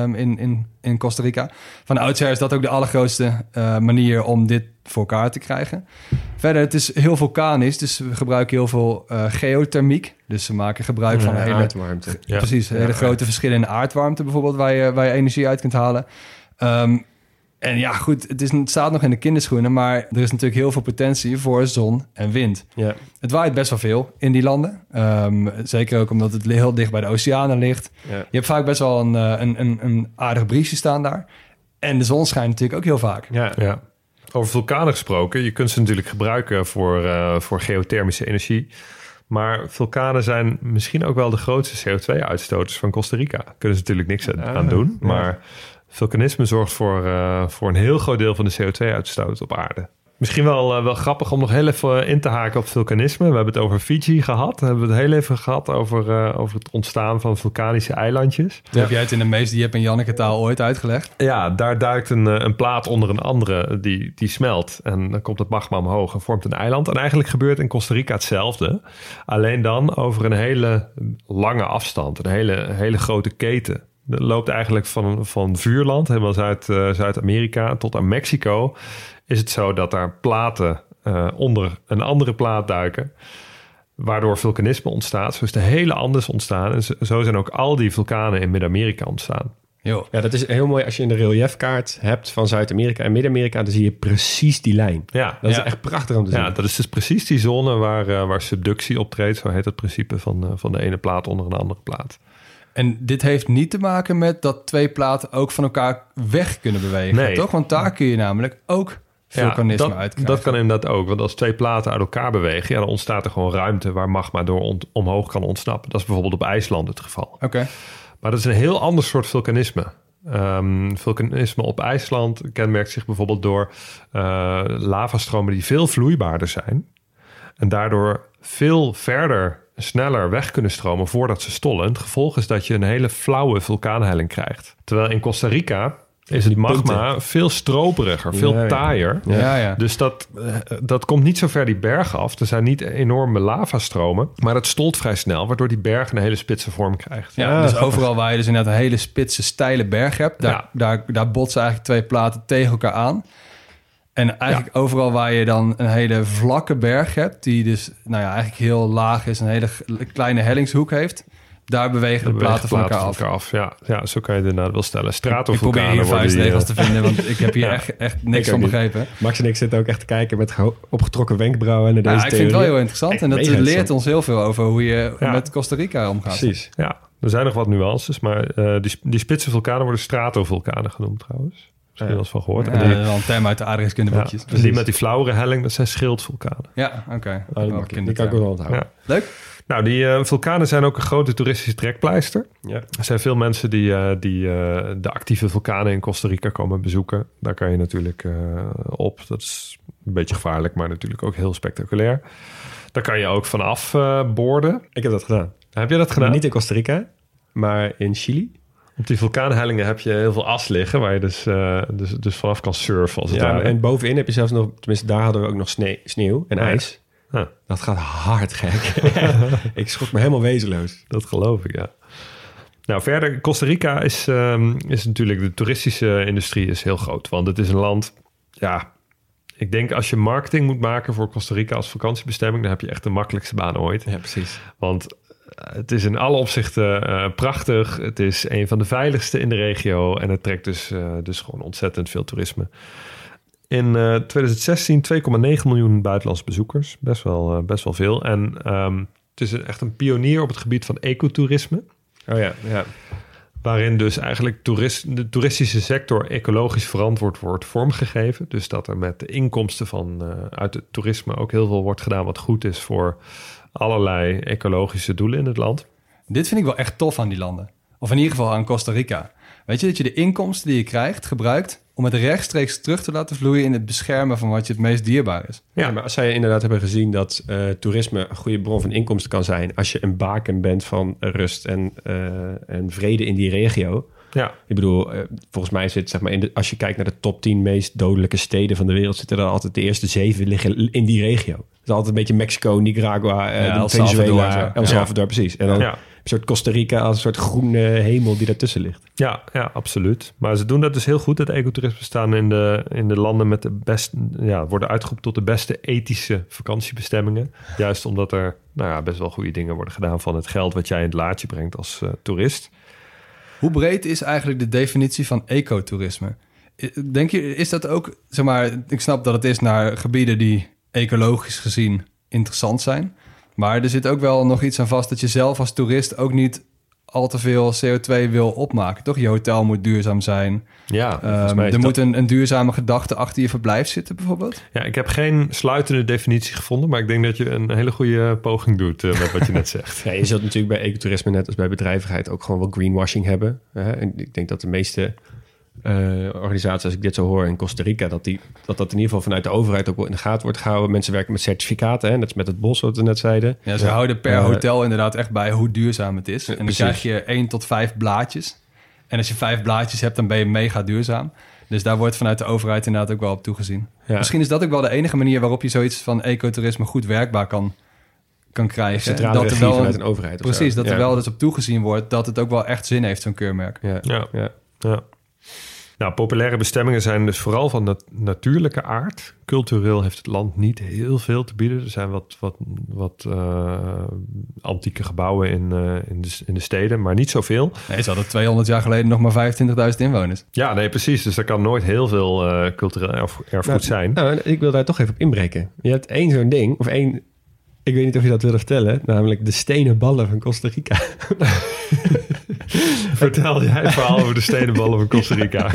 in Costa Rica. Van oudsher is dat ook de allergrootste manier om dit voor elkaar te krijgen. Verder, het is heel vulkanisch, dus we gebruiken heel veel geothermiek. Dus ze maken gebruik van aardwarmte. Hele grote verschillen in aardwarmte bijvoorbeeld, waar je energie uit kunt halen. En ja, goed, het staat nog in de kinderschoenen... maar er is natuurlijk heel veel potentie voor zon en wind. Ja. Het waait best wel veel in die landen. Zeker ook omdat het heel dicht bij de oceanen ligt. Ja. Je hebt vaak best wel een aardig briesje staan daar. En de zon schijnt natuurlijk ook heel vaak. Ja. Over vulkanen gesproken, je kunt ze natuurlijk gebruiken voor geothermische energie... Maar vulkanen zijn misschien ook wel de grootste CO2-uitstoters van Costa Rica. Daar kunnen ze natuurlijk niks aan doen, maar... Vulkanisme zorgt voor een heel groot deel van de CO2-uitstoot op aarde. Misschien wel grappig om nog heel even in te haken op vulkanisme. We hebben het over Fiji gehad. We hebben het heel even gehad over het ontstaan van vulkanische eilandjes. Daar heb jij het in de meest Jip en Janneke taal ooit uitgelegd. Ja, daar duikt een plaat onder een andere die smelt. En dan komt het magma omhoog en vormt een eiland. En eigenlijk gebeurt in Costa Rica hetzelfde. Alleen dan over een hele lange afstand. Een hele grote keten. Dat loopt eigenlijk van vuurland, helemaal Zuid-Amerika tot aan Mexico. Is het zo dat daar platen onder een andere plaat duiken. Waardoor vulkanisme ontstaat. Zo is de hele Andes ontstaan. En zo zijn ook al die vulkanen in Midden-Amerika ontstaan. Jo. Ja, dat is heel mooi als je een reliefkaart hebt van Zuid-Amerika en Midden-Amerika. Dan zie je precies die lijn. Ja, dat is echt prachtig om te zien. Ja, dat is dus precies die zone waar subductie optreedt. Zo heet het principe van de ene plaat onder een andere plaat. En dit heeft niet te maken met dat twee platen ook van elkaar weg kunnen bewegen, nee. Toch? Want daar kun je namelijk ook vulkanisme uitkrijgen. Dat kan inderdaad ook. Want als twee platen uit elkaar bewegen... dan ontstaat er gewoon ruimte waar magma door omhoog kan ontsnappen. Dat is bijvoorbeeld op IJsland het geval. Okay. Maar dat is een heel ander soort vulkanisme. Vulkanisme op IJsland kenmerkt zich bijvoorbeeld door lavastromen die veel vloeibaarder zijn. En daardoor veel verder, sneller weg kunnen stromen voordat ze stollen. Het gevolg is dat je een hele flauwe vulkaanhelling krijgt. Terwijl in Costa Rica is het magma veel stroperiger, veel taaier. Ja. Dus dat komt niet zo ver die bergen af. Er zijn niet enorme lavastromen, maar het stolt vrij snel, waardoor die berg een hele spitse vorm krijgt. Ja, dus overal waar je dus inderdaad een hele spitse, steile berg hebt, daar botsen eigenlijk twee platen tegen elkaar aan. En eigenlijk overal waar je dan een hele vlakke berg hebt, die dus eigenlijk heel laag is, een hele kleine hellingshoek heeft, daar bewegen de platen van elkaar af. Ja, zo kan je het inderdaad wel stellen. Stratovulkanen. Ik probeer hier vuistregels te vinden, want ik heb hier echt niks van begrepen. Max en ik zitten ook echt te kijken met opgetrokken wenkbrauwen naar deze theorie. Ik vind het wel heel interessant en dat leert ons heel veel over hoe je met Costa Rica omgaat. Precies, ja. Er zijn nog wat nuances, maar die spitse vulkanen worden stratovulkanen genoemd trouwens. Misschien wel eens van gehoord. Ja, wel een term uit de aardrijkskundeboekjes. Dus die met die flauwere helling, dat zijn schildvulkanen. Ja, oké. Die kan ik wel onthouden. Ja. Leuk. Nou, die vulkanen zijn ook een grote toeristische trekpleister. Ja. Er zijn veel mensen die de actieve vulkanen in Costa Rica komen bezoeken. Daar kan je natuurlijk op. Dat is een beetje gevaarlijk, maar natuurlijk ook heel spectaculair. Daar kan je ook vanaf boorden. Ik heb dat gedaan. Heb je dat gedaan? Niet in Costa Rica, maar in Chili. Op die vulkaanhellingen heb je heel veel as liggen, waar je dus vanaf kan surfen als het ware. En bovenin heb je zelfs nog, tenminste daar hadden we ook nog sneeuw en ijs. Ja. Dat gaat hard gek. Ik schrok me helemaal wezenloos. Dat geloof ik, ja. Nou, verder, Costa Rica is natuurlijk, de toeristische industrie is heel groot. Want het is een land, ik denk als je marketing moet maken voor Costa Rica als vakantiebestemming, dan heb je echt de makkelijkste baan ooit. Ja, precies. Want het is in alle opzichten prachtig. Het is een van de veiligste in de regio. En het trekt dus gewoon ontzettend veel toerisme. In 2016 2,9 miljoen buitenlandse bezoekers. Best wel veel. En het is echt een pionier op het gebied van ecotourisme. Oh ja. Waarin dus eigenlijk de toeristische sector ecologisch verantwoord wordt vormgegeven. Dus dat er met de inkomsten uit het toerisme ook heel veel wordt gedaan wat goed is voor allerlei ecologische doelen in het land. Dit vind ik wel echt tof aan die landen. Of in ieder geval aan Costa Rica. Weet je, dat je de inkomsten die je krijgt gebruikt om het rechtstreeks terug te laten vloeien in het beschermen van wat je het meest dierbaar is. Ja, maar als zij inderdaad hebben gezien dat toerisme een goede bron van inkomsten kan zijn, als je een baken bent van rust en vrede in die regio. Ja. Ik bedoel, volgens mij zit, zeg maar, als je kijkt naar de top 10 meest dodelijke steden van de wereld, zitten er altijd de eerste 7 liggen in die regio. Het is altijd een beetje Mexico, Nicaragua, Venezuela, El Salvador, precies. En dan een soort Costa Rica als een soort groene hemel die daartussen ligt. Ja, absoluut. Maar ze doen dat dus heel goed. Het ecotourisme staan in de landen met de beste, worden uitgeroepen tot de beste ethische vakantiebestemmingen. Juist omdat er best wel goede dingen worden gedaan van het geld wat jij in het laadje brengt als toerist. Hoe breed is eigenlijk de definitie van ecotourisme? Denk je, is dat ook, zeg maar, ik snap dat het is naar gebieden die ecologisch gezien interessant zijn. Maar er zit ook wel nog iets aan vast dat je zelf als toerist ook niet al te veel CO2 wil opmaken, toch? Je hotel moet duurzaam zijn. Ja, er moet een duurzame gedachte achter je verblijf zitten, bijvoorbeeld. Ja, ik heb geen sluitende definitie gevonden, maar ik denk dat je een hele goede poging doet met wat je net zegt. Ja, je zult natuurlijk bij ecotourisme, net als bij bedrijvigheid, ook gewoon wel greenwashing hebben. En ik denk dat de meeste organisaties, als ik dit zo hoor in Costa Rica, dat in ieder geval vanuit de overheid ook wel in de gaten wordt gehouden. Mensen werken met certificaten, net als met het bos, wat we net zeiden. Ja, ze houden per hotel inderdaad echt bij hoe duurzaam het is. En dan krijg je 1 tot 5 blaadjes. En als je 5 blaadjes hebt, dan ben je mega duurzaam. Dus daar wordt vanuit de overheid inderdaad ook wel op toegezien. Ja. Misschien is dat ook wel de enige manier waarop je zoiets van ecotourisme goed werkbaar kan krijgen. Centrale regie vanuit een overheid. Precies, dat er wel dus op toegezien wordt dat het ook wel echt zin heeft, zo'n keurmerk. Ja. Nou, populaire bestemmingen zijn dus vooral van natuurlijke aard. Cultureel heeft het land niet heel veel te bieden. Er zijn wat antieke gebouwen in de steden, maar niet zoveel. Nee, ze hadden 200 jaar geleden nog maar 25.000 inwoners. Ja, nee, precies. Dus er kan nooit heel veel cultureel erfgoed zijn. Nou, ik wil daar toch even op inbreken. Je hebt één zo'n ding, of één... Ik weet niet of je dat wilde vertellen, namelijk de stenen ballen van Costa Rica. Vertel jij het verhaal over de stenen ballen van Costa Rica.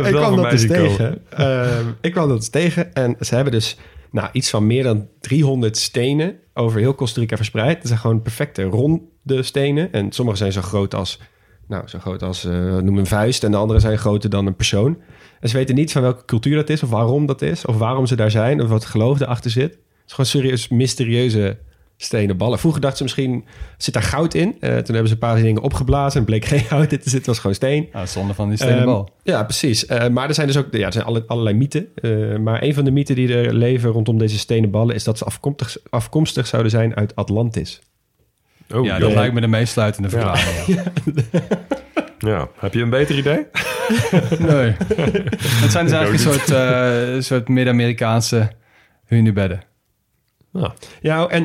Ik kwam dat dus tegen en ze hebben dus iets van meer dan 300 stenen over heel Costa Rica verspreid. Dat zijn gewoon perfecte ronde stenen en sommige zijn zo groot als zo groot als, noem een vuist. En de andere zijn groter dan een persoon. En ze weten niet van welke cultuur dat is, of waarom dat is, of waarom ze daar zijn, of wat geloof erachter zit. Het is gewoon serieus mysterieuze stenen ballen. Vroeger dachten ze misschien, zit daar goud in? Toen hebben ze een paar dingen opgeblazen en bleek geen goud in te zitten. Het was gewoon steen. Zonde van die stenen bal. Ja, precies. Maar er zijn dus ook er zijn allerlei mythen. Maar een van de mythen die er leven rondom deze stenen ballen is dat ze afkomstig zouden zijn uit Atlantis. Oh, dat lijkt me de meest sluitende verklaring. Ja, heb je een beter idee? Nee. Het zijn dus eigenlijk een soort Midden-Amerikaanse hunebedden. Ja, en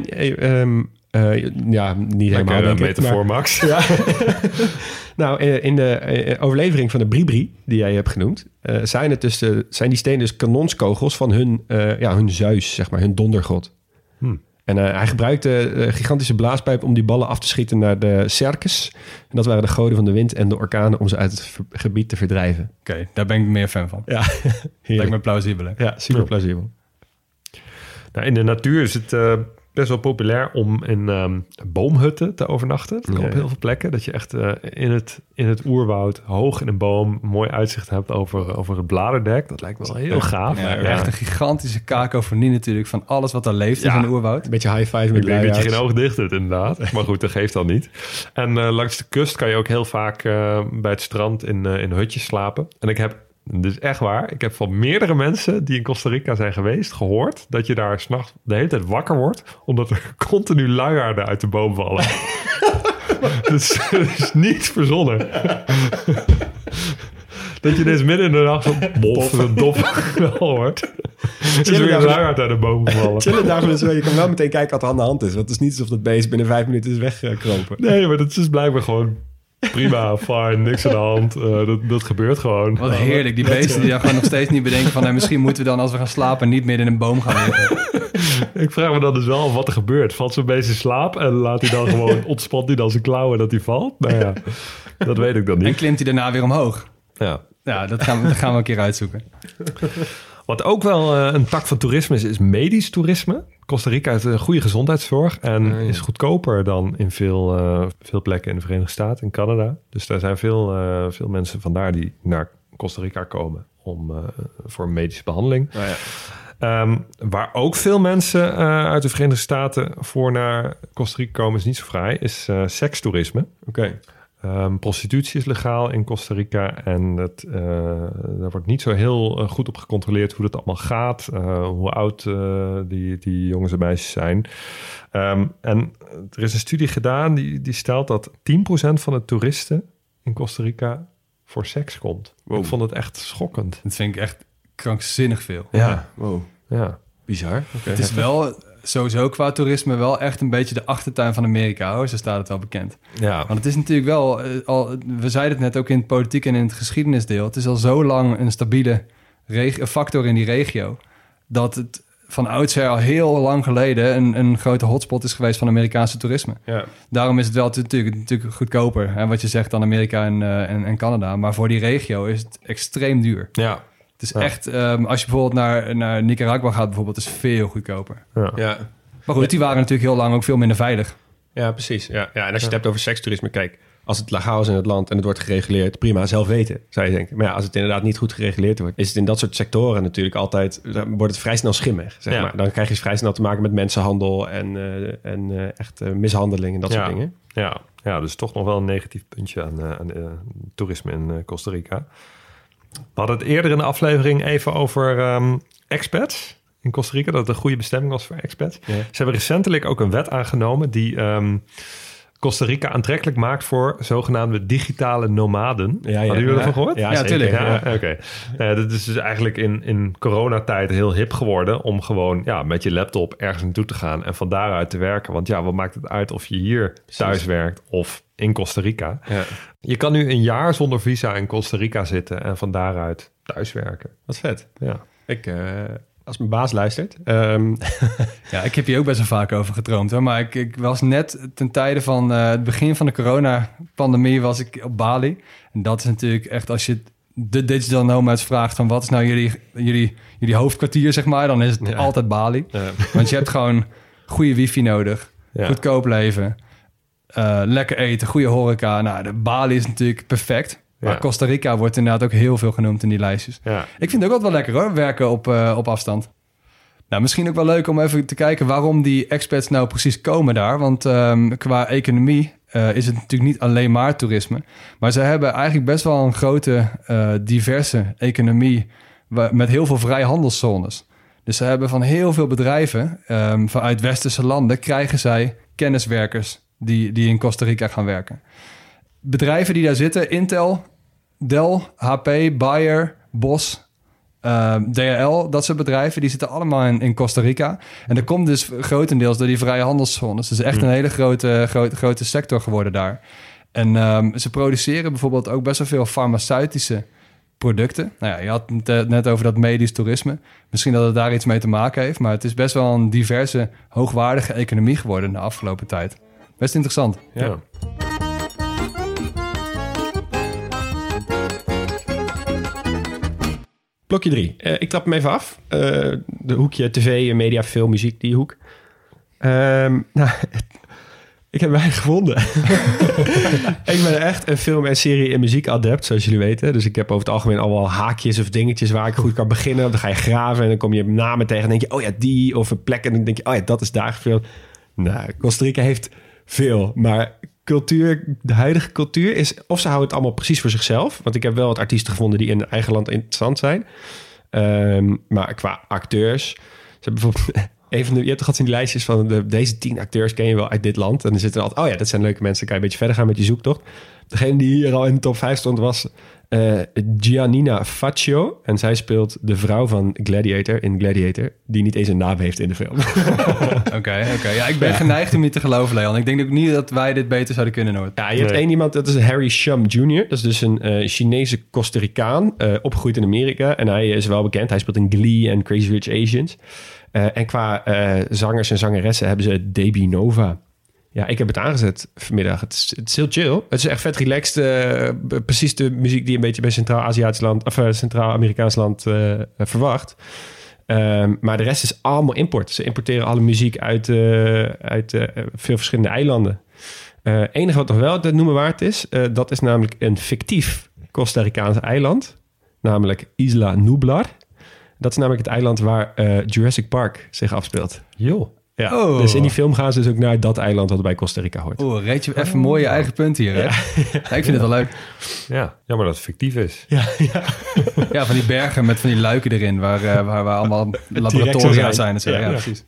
niet helemaal, denk ik. Metafoor, Max. Ja. Nou, in de overlevering van de Bribri, die jij hebt genoemd, zijn die stenen dus kanonskogels van hun Zeus, zeg maar, hun dondergod. En hij gebruikte een gigantische blaaspijp om die ballen af te schieten naar de Cerkes. En dat waren de goden van de wind en de orkanen om ze uit het gebied te verdrijven. Oké, daar ben ik meer fan van. Ja, lijkt me plausibel. Ja, super plausibel. Nou, in de natuur is het best wel populair om in boomhutten te overnachten. Dat kan op heel veel plekken. Dat je echt in het oerwoud, hoog in een boom, mooi uitzicht hebt over het bladerdek. Dat lijkt me wel heel gaaf. Ja, echt een gigantische kakofonie natuurlijk van alles wat er leeft in zo'n oerwoud. Een beetje high five met Ik denk dat je geen oog dicht hebt inderdaad. Maar goed, dat geeft dan niet. En langs de kust kan je ook heel vaak bij het strand in hutjes slapen. En ik heb dus echt waar. Ik heb van meerdere mensen die in Costa Rica zijn geweest gehoord dat je daar 's nachts de hele tijd wakker wordt omdat er continu luiaarden uit de boom vallen. Dus het is niet verzonnen. Dat je dus midden in de nacht een dop hoort. Dus weer een luiaard uit de boom vallen. Chillen dagen dus wel. Je kan wel meteen kijken wat er aan de hand is. Want het is niet alsof dat beest binnen 5 minuten is weggekropen. Nee, maar dat is dus blijkbaar gewoon prima, fine, niks aan de hand. Dat gebeurt gewoon. Wat heerlijk. Die beesten die dan gewoon nog steeds niet bedenken van misschien moeten we dan als we gaan slapen niet midden in een boom gaan liggen. Ik vraag me dan dus wel af wat er gebeurt. Valt zo'n beest in slaap en laat hij dan gewoon ontspant hij dan zijn klauwen dat hij valt? Nou ja, dat weet ik dan niet. En klimt hij daarna weer omhoog? Ja, dat gaan we een keer uitzoeken. Wat ook wel een tak van toerisme is medisch toerisme. Costa Rica heeft een goede gezondheidszorg en is goedkoper dan in veel plekken in de Verenigde Staten en Canada. Dus daar zijn veel mensen vandaar die naar Costa Rica komen voor een medische behandeling. Oh ja. Waar ook veel mensen uit de Verenigde Staten voor naar Costa Rica komen, is niet zo fraai, is sekstoerisme. Oké. Prostitutie is legaal in Costa Rica en daar wordt niet zo heel goed op gecontroleerd hoe dat allemaal gaat, hoe oud die jongens en meisjes zijn. En er is een studie gedaan die stelt dat 10% van de toeristen in Costa Rica voor seks komt. Wow. Ik vond het echt schokkend. Dat vind ik echt krankzinnig veel. Ja, wow. Ja. Bizar. Okay. Het is wel sowieso qua toerisme wel echt een beetje de achtertuin van Amerika, hoor. Zo staat het wel bekend. Ja. Want het is natuurlijk wel, we zeiden het net ook in het politiek en in het geschiedenisdeel, het is al zo lang een stabiele factor in die regio, dat het van oudsher al heel lang geleden een grote hotspot is geweest van Amerikaanse toerisme. Ja. Daarom is het wel natuurlijk goedkoper, hè, wat je zegt, dan Amerika en Canada. Maar voor die regio is het extreem duur. Ja. Het is echt, als je bijvoorbeeld naar Nicaragua gaat, bijvoorbeeld, is veel goedkoper. Ja. Maar goed, die waren natuurlijk heel lang ook veel minder veilig. Ja, precies. Ja, en als je het hebt over sekstoerisme, kijk, als het legaal is in het land en het wordt gereguleerd, prima, zelf weten, zou je denken. Maar ja, als het inderdaad niet goed gereguleerd wordt, is het in dat soort sectoren natuurlijk altijd, dan wordt het vrij snel schimmig, zeg maar. Dan krijg je vrij snel te maken met mensenhandel en echt mishandeling en dat soort dingen. Ja, dus toch nog wel een negatief puntje aan toerisme in Costa Rica. We hadden het eerder in de aflevering even over expats in Costa Rica, dat het een goede bestemming was voor expats. Ja. Ze hebben recentelijk ook een wet aangenomen die Costa Rica aantrekkelijk maakt voor zogenaamde digitale nomaden. Hadden jullie ervan gehoord? Ja, natuurlijk. Ja, oké. Dat is dus eigenlijk in coronatijd heel hip geworden om gewoon met je laptop ergens naartoe te gaan en van daaruit te werken. Want wat maakt het uit of je hier thuis werkt of in Costa Rica? Ja. Je kan nu een jaar zonder visa in Costa Rica zitten en van daaruit thuis werken. Wat vet. Ja. Als mijn baas luistert. Ja, ik heb hier ook best wel vaak over gedroomd, hoor. Maar ik was net ten tijde van het begin van de coronapandemie was ik op Bali. En dat is natuurlijk echt, als je de digital nomads vraagt van wat is nou jullie hoofdkwartier, zeg maar, dan is het altijd Bali. Ja. Want je hebt gewoon goede wifi nodig, goedkoop leven. lekker eten, goede horeca. Nou, de Bali is natuurlijk perfect. Maar Costa Rica wordt inderdaad ook heel veel genoemd in die lijstjes. Ja. Ik vind het ook altijd wel lekker hoor, werken op afstand. Nou, misschien ook wel leuk om even te kijken waarom die expats nou precies komen daar. Want qua economie is het natuurlijk niet alleen maar toerisme. Maar ze hebben eigenlijk best wel een grote, diverse economie met heel veel vrijhandelszones. Dus ze hebben van heel veel bedrijven vanuit westerse landen krijgen zij kenniswerkers die in Costa Rica gaan werken. Bedrijven die daar zitten, Intel, Dell, HP, Bayer, Bosch, DHL, dat soort bedrijven, die zitten allemaal in Costa Rica. En dat komt dus grotendeels door die vrije handelszones. Het is echt een hele grote sector geworden daar. En ze produceren bijvoorbeeld ook best wel veel farmaceutische producten. Nou ja, je had het net over dat medisch toerisme. Misschien dat het daar iets mee te maken heeft, maar het is best wel een diverse, hoogwaardige economie geworden de afgelopen tijd. Best interessant. Ja. Blokje 3. Ik trap hem even af. De hoekje tv, media, film, muziek, die hoek. Ik heb weinig gevonden. Ik ben echt een film- en serie- en muziek-adept, zoals jullie weten. Dus ik heb over het algemeen al wel haakjes of dingetjes waar ik goed kan beginnen. Dan ga je graven en dan kom je namen tegen en denk je, oh ja, die. Of een plek en dan denk je, oh ja, dat is daar gefilmd. Nou, Costa Rica heeft veel, maar cultuur, de huidige cultuur is, of ze houden het allemaal precies voor zichzelf. Want ik heb wel wat artiesten gevonden die in eigen land interessant zijn. Maar qua acteurs, ze hebben bijvoorbeeld je hebt toch altijd in die lijstjes van deze 10 acteurs ken je wel uit dit land. En dan zitten er altijd, oh ja, dat zijn leuke mensen. Dan kan je een beetje verder gaan met je zoektocht. Degene die hier al in de top 5 stond was Giannina Faccio. En zij speelt de vrouw van Gladiator in Gladiator, die niet eens een naam heeft in de film. Oké. Ja, ik ben geneigd om je te geloven, Leon. Ik denk ook niet dat wij dit beter zouden kunnen hoor. Ja, je hebt één iemand, dat is Harry Shum Jr. Dat is dus een Chinese Costa Ricaan, opgegroeid in Amerika. En hij is wel bekend. Hij speelt in Glee en Crazy Rich Asians. En qua zangers en zangeressen hebben ze Debbie Nova. Ja, ik heb het aangezet vanmiddag. Het is heel chill. Het is echt vet relaxed. Precies de muziek die je een beetje bij Centraal-Aziatisch land of Centraal-Amerikaans land verwacht. Maar de rest is allemaal import. Ze importeren alle muziek uit veel verschillende eilanden. Enige wat nog wel te noemen waard is, dat is namelijk een fictief Costa Ricaans eiland. Namelijk Isla Nublar. Dat is namelijk het eiland waar Jurassic Park zich afspeelt. Joh. Ja, dus in die film gaan ze dus ook naar dat eiland wat bij Costa Rica hoort. Reed je even mooi je eigen punt hier, hè? Ja. Ja, ik vind het wel leuk. Ja, jammer dat het fictief is. Ja, van die bergen met van die luiken erin, waar allemaal laboratoria zijn. En zo. Ja, precies.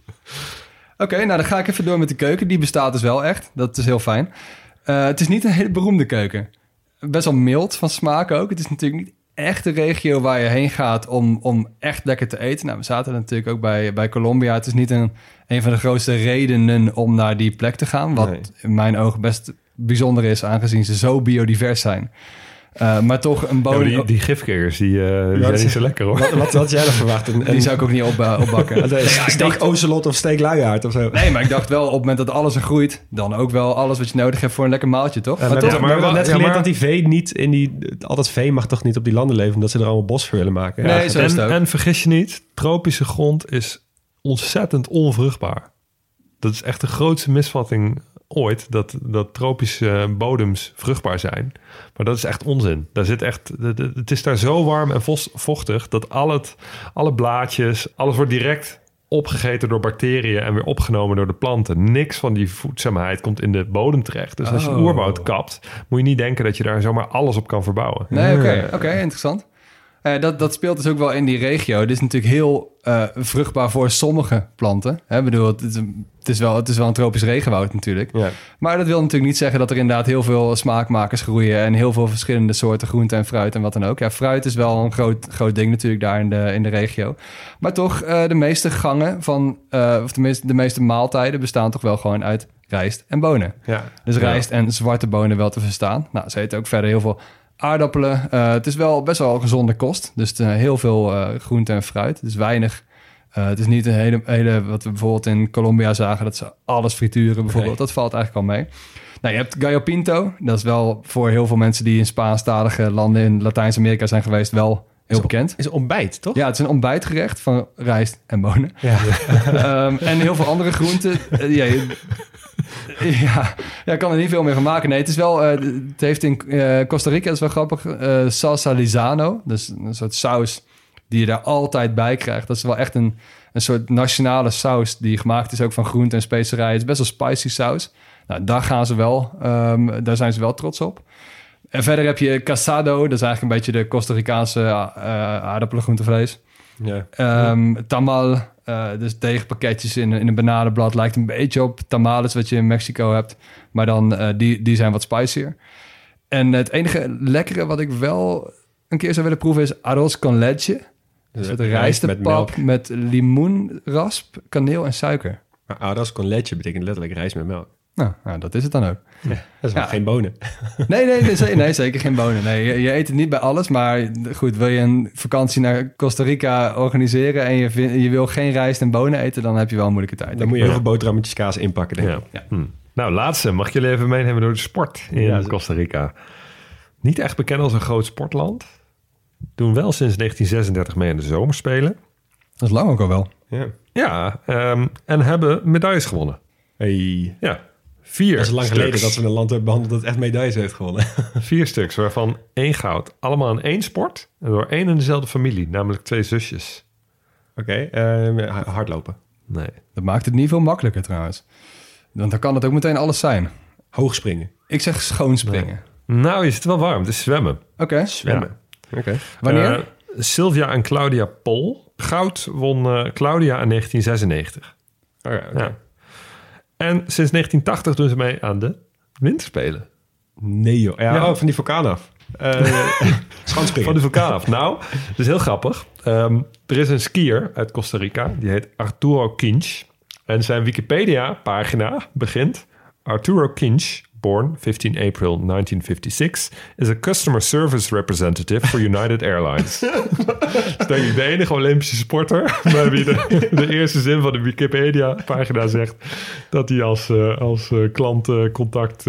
Oké, nou dan ga ik even door met de keuken. Die bestaat dus wel echt. Dat is heel fijn. Het is niet een hele beroemde keuken. Best wel mild van smaak ook. Het is natuurlijk niet echt de regio waar je heen gaat om echt lekker te eten. Nou, we zaten natuurlijk ook bij Colombia. Het is niet een van de grootste redenen om naar die plek te gaan. Wat in mijn ogen best bijzonder is, aangezien ze zo biodivers zijn. Maar toch een bodem... Ja, die gifkikkers, die zijn niet zo lekker hoor. Wat had jij nog verwacht? Die zou ik ook niet opbakken. Steak ocelot of steak luiaard of zo. Nee, maar ik dacht wel, op het moment dat alles er groeit, dan ook wel alles wat je nodig hebt voor een lekker maaltje, toch? Maar we hebben net geleerd dat die vee niet in die... Al dat vee mag toch niet op die landen leven, omdat ze er allemaal bos voor willen maken. Nee, ja, zo is het ook. En vergis je niet, tropische grond is ontzettend onvruchtbaar. Dat is echt de grootste misvatting ooit, dat tropische bodems vruchtbaar zijn. Maar dat is echt onzin. Daar zit echt, het is daar zo warm en vochtig dat alle blaadjes, alles wordt direct opgegeten door bacteriën en weer opgenomen door de planten. Niks van die voedzaamheid komt in de bodem terecht. Dus als je oerwoud kapt, moet je niet denken dat je daar zomaar alles op kan verbouwen. Nee, oké, interessant. Dat speelt dus ook wel in die regio. Dit is natuurlijk heel vruchtbaar voor sommige planten. Ik bedoel, het is wel een tropisch regenwoud natuurlijk. Ja. Maar dat wil natuurlijk niet zeggen dat er inderdaad heel veel smaakmakers groeien en heel veel verschillende soorten groente en fruit en wat dan ook. Ja, fruit is wel een groot ding natuurlijk daar in de regio. Maar toch, de meeste gangen of de meeste maaltijden bestaan toch wel gewoon uit rijst en bonen. Ja. Dus rijst en zwarte bonen wel te verstaan. Nou, ze eten ook verder heel veel aardappelen. Het is wel best wel gezonde kost. Dus heel veel groente en fruit. Het is weinig. Het is niet een hele wat we bijvoorbeeld in Colombia zagen, dat ze alles frituren bijvoorbeeld. Nee. Dat valt eigenlijk al mee. Nou, je hebt gallo pinto. Dat is wel voor heel veel mensen die in Spaanstalige landen in Latijns-Amerika zijn geweest wel heel bekend. Is een ontbijt, toch? Ja, het is een ontbijtgerecht van rijst en bonen. Ja. En heel veel andere groenten. ik kan er niet veel meer van maken. Nee, het is wel... het heeft in Costa Rica, dat is wel grappig, salsa Lizano. Dus een soort saus die je daar altijd bij krijgt. Dat is wel echt een soort nationale saus die gemaakt is ook van groenten en specerijen. Het is best wel spicy saus. Nou, daar gaan ze wel. Daar zijn ze wel trots op. En verder heb je casado. Dat is eigenlijk een beetje de Costa Ricaanse aardappelen-groentevlees. Ja. Tamal, dus deegpakketjes in een bananenblad. Lijkt een beetje op tamales wat je in Mexico hebt. Maar dan die zijn wat spicier. En het enige lekkere wat ik wel een keer zou willen proeven is arroz con leche. Dus het rijstepap met limoenrasp, kaneel en suiker. Maar arroz con leche betekent letterlijk rijst met melk. Nou, dat is het dan ook. Ja, dat is wel geen bonen. Nee, zeker geen bonen. Nee, je eet het niet bij alles. Maar goed, wil je een vakantie naar Costa Rica organiseren en je wil geen rijst en bonen eten, dan heb je wel een moeilijke tijd. Dan moet je heel veel boterhammetjes kaas inpakken, denk ik. Ja. Nou, laatste. Mag ik jullie even meenemen door de sport in Costa Rica? Niet echt bekend als een groot sportland. Doen wel sinds 1936 mee aan de zomerspelen. Dat is lang ook al wel. Ja, en hebben medailles gewonnen. Hey. Ja, 4 Dat is lang stuks. geleden dat we een land hebben behandeld dat echt medailles heeft gewonnen. 4 stuks, waarvan 1 goud. Allemaal in 1 sport en door 1 en dezelfde familie, namelijk 2 zusjes. Oké, hardlopen. Nee. Dat maakt het niet veel makkelijker trouwens. Want dan kan het ook meteen alles zijn. Hoogspringen. Ik zeg schoonspringen. Nou, je zit wel warm. Het is zwemmen. Oké. Zwemmen. Oké. Wanneer? Sylvia en Claudia Pol. Goud won Claudia in 1996. Oké. Ja. En sinds 1980 doen ze mee aan de winterspelen. Nee joh. Ja. Van die vulkaan af. Schanspringen. Van de vulkaan af. Nou, dat is heel grappig. Er is een skier uit Costa Rica. Die heet Arturo Kinch. En zijn Wikipedia-pagina begint... Arturo Kinch, born 15 April 1956... is a customer service representative for United Airlines. Dus denk ik de enige Olympische sporter... bij wie de eerste zin van de Wikipedia-pagina zegt... dat hij als klantcontact...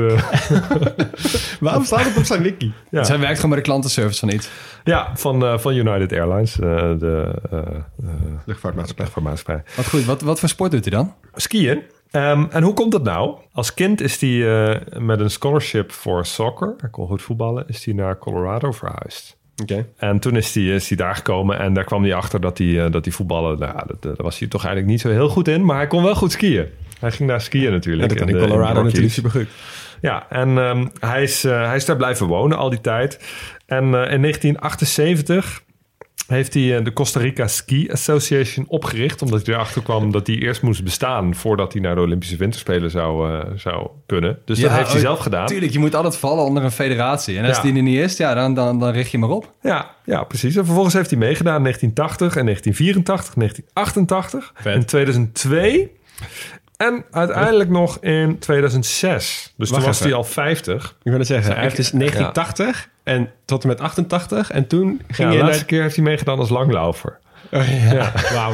Waarom staat het op zijn wiki? Ja. Zij werkt gewoon bij de klantenservice van iets. Ja, van United Airlines, de Luchtvaartmaatschappij. Wat goed. Wat voor sport doet hij dan? Skiën. En hoe komt dat nou? Als kind is hij met een scholarship voor soccer, hij kon goed voetballen, is hij naar Colorado verhuisd. Oké. En toen is hij daar gekomen en daar kwam hij achter dat hij voetballen, daar was hij toch eigenlijk niet zo heel goed in, maar hij kon wel goed skiën. Hij ging daar skiën natuurlijk. Ja, dat kan in Colorado natuurlijk supergoed. Ja, en hij is daar blijven wonen al die tijd. En in 1978 heeft hij de Costa Rica Ski Association opgericht... omdat hij erachter kwam dat hij eerst moest bestaan... voordat hij naar de Olympische Winterspelen zou kunnen. Dus dat heeft hij zelf gedaan. Tuurlijk, je moet altijd vallen onder een federatie. En als die er niet is, dan richt je maar op. Ja, precies. En vervolgens heeft hij meegedaan in 1980 en 1984, 1988... Vet. in 2002... En uiteindelijk nog in 2006. Dus toen was hij al 50. Ik wil het zeggen, hij heeft dus 1980 en tot en met 88. En toen ging De hij laatste keer heeft hij meegedaan als langlaufer. Wauw.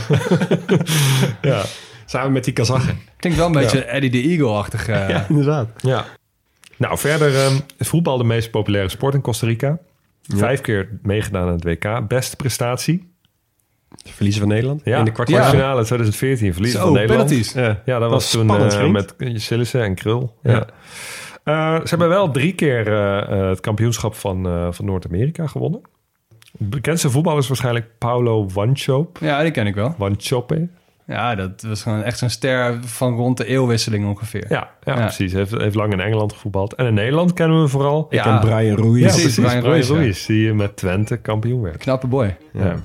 Ja, Samen met die Kazachen. Klinkt wel een beetje Eddie the Eagle-achtig. Ja, inderdaad. ja. Nou, verder is voetbal de meest populaire sport in Costa Rica. 5 keer meegedaan aan het WK. Beste prestatie. Verliezen van Nederland Ja, in de kwartfinale. kwartfinale 2014 verliezen van Nederland. Penalties. Ja, dat was toen spannend, met Sillissen en Krul. Ja. Ze hebben wel 3 keer het kampioenschap van Noord-Amerika gewonnen. De bekendste voetballer is waarschijnlijk Paulo Wanchope. Ja, die ken ik wel. Wanchope. Ja, dat was gewoon echt zo'n ster van rond de eeuwwisseling ongeveer. Ja, precies. Heeft lang in Engeland gevoetbald. En in Nederland kennen we hem vooral. Ik ken Brian Ruiz. Ja, precies, precies. Brian Ruiz, die met Twente kampioen werd. Knappe boy. Ja.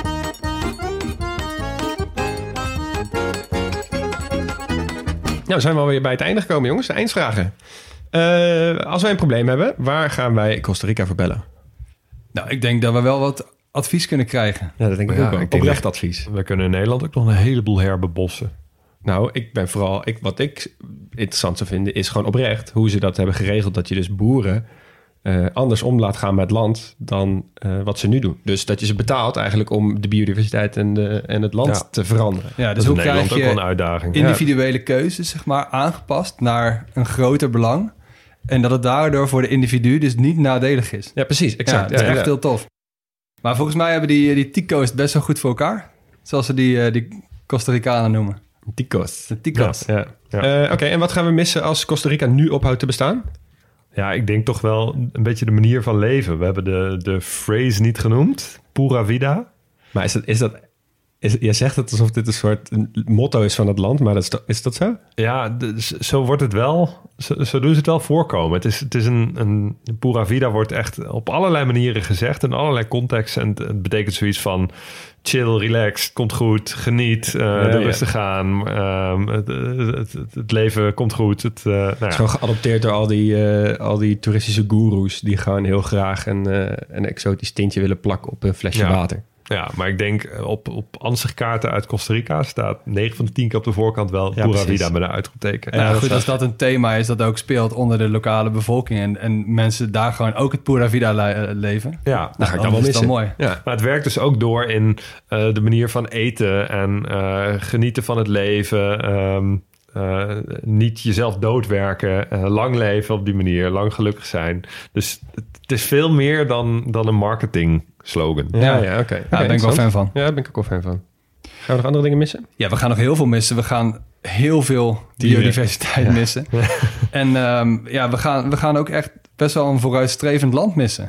Nou, zijn we alweer bij het einde gekomen, jongens. De eindvragen. Als wij een probleem hebben, waar gaan wij Costa Rica voor bellen? Nou, ik denk dat we wel wat advies kunnen krijgen. Ja, dat denk ik Ja, ook wel. ik denk Oprecht advies. We kunnen in Nederland ook nog een heleboel herbebossen. Nou, ik ben vooral... wat ik interessant zou vinden, is gewoon oprecht... hoe ze dat hebben geregeld, dat je dus boeren... anders om laat gaan met het land dan wat ze nu doen. Dus dat je ze betaalt eigenlijk om de biodiversiteit en het land te veranderen. Ja, Dat dus is in hoe Nederland krijg ook wel je een uitdaging. individuele keuzes, zeg maar, aangepast naar een groter belang. En dat het daardoor voor de individu dus niet nadelig is. Ja, precies. Exact. Ja, dat is echt heel tof. Maar volgens mij hebben die Tico's het best wel goed voor elkaar. Zoals ze die Costa Ricanen noemen. Ticos. De Ticos. Ja, ja. Oké, en wat gaan we missen als Costa Rica nu ophoudt te bestaan? Ja, ik denk toch wel een beetje de manier van leven. We hebben de phrase niet genoemd. Pura vida. Maar je zegt het alsof dit een soort motto is van het land, maar is dat zo? Ja, zo wordt het wel. Zo doen ze het wel voorkomen. Het is een pura vida wordt echt op allerlei manieren gezegd. In allerlei contexten. En het betekent zoiets van chill, relax, komt goed, geniet, rustig aan. Het leven komt goed. Het is gewoon geadopteerd door al die toeristische goeroes die gewoon heel graag een exotisch tintje willen plakken op een flesje water. Ja, maar ik denk op ansichtkaarten uit Costa Rica staat 9 van de 10 keer op de voorkant wel Pura Vida met een uitroepteken. Ja, goed, als dat een thema is dat ook speelt onder de lokale bevolking en mensen daar gewoon ook het Pura Vida leven. Ja, dan ga ik dan wel missen. Dan mooi. Ja. Maar het werkt dus ook door in de manier van eten en genieten van het leven. Niet jezelf doodwerken, lang leven op die manier, lang gelukkig zijn. Dus het is veel meer dan een marketing slogan. Ja, oké. Ja, daar ben ik wel fan van. Ja, daar ben ik ook wel fan van. Gaan we nog andere dingen missen? Ja, we gaan nog heel veel missen. We gaan heel veel biodiversiteit missen. En we gaan ook echt best wel een vooruitstrevend land missen.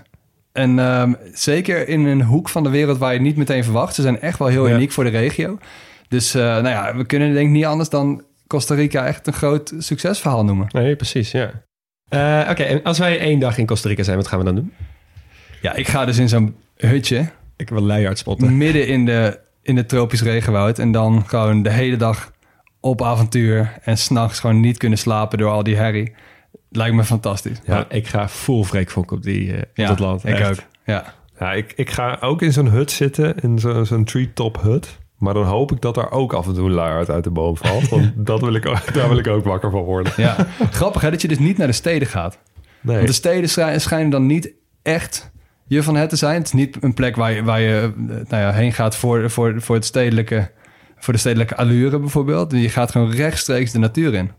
En zeker in een hoek van de wereld waar je het niet meteen verwacht. Ze zijn echt wel heel uniek voor de regio. Dus we kunnen denk ik niet anders dan Costa Rica echt een groot succesverhaal noemen. Nee, precies, ja. Oké, en als wij 1 dag in Costa Rica zijn, wat gaan we dan doen? Ja, ik ga dus in zo'n hutje. Ik wil luiaard spotten. Midden in de tropisch regenwoud. En dan gewoon de hele dag op avontuur. En 's nachts gewoon niet kunnen slapen door al die herrie. Lijkt me fantastisch. Ja, ik ga full freakvonk op dat land. Ik echt. ook. Ja, Ik ga ook in zo'n hut zitten, in zo'n treetop hut. Maar dan hoop ik dat er ook af en toe een luiaard uit de boom valt. Want daar wil ik ook wakker van worden. ja. Grappig hè, dat je dus niet naar de steden gaat. Nee. Want de steden schijnen dan niet echt je van het te zijn. Het is niet een plek waar je heen gaat voor het stedelijke, voor de stedelijke allure bijvoorbeeld. Je gaat gewoon rechtstreeks de natuur in.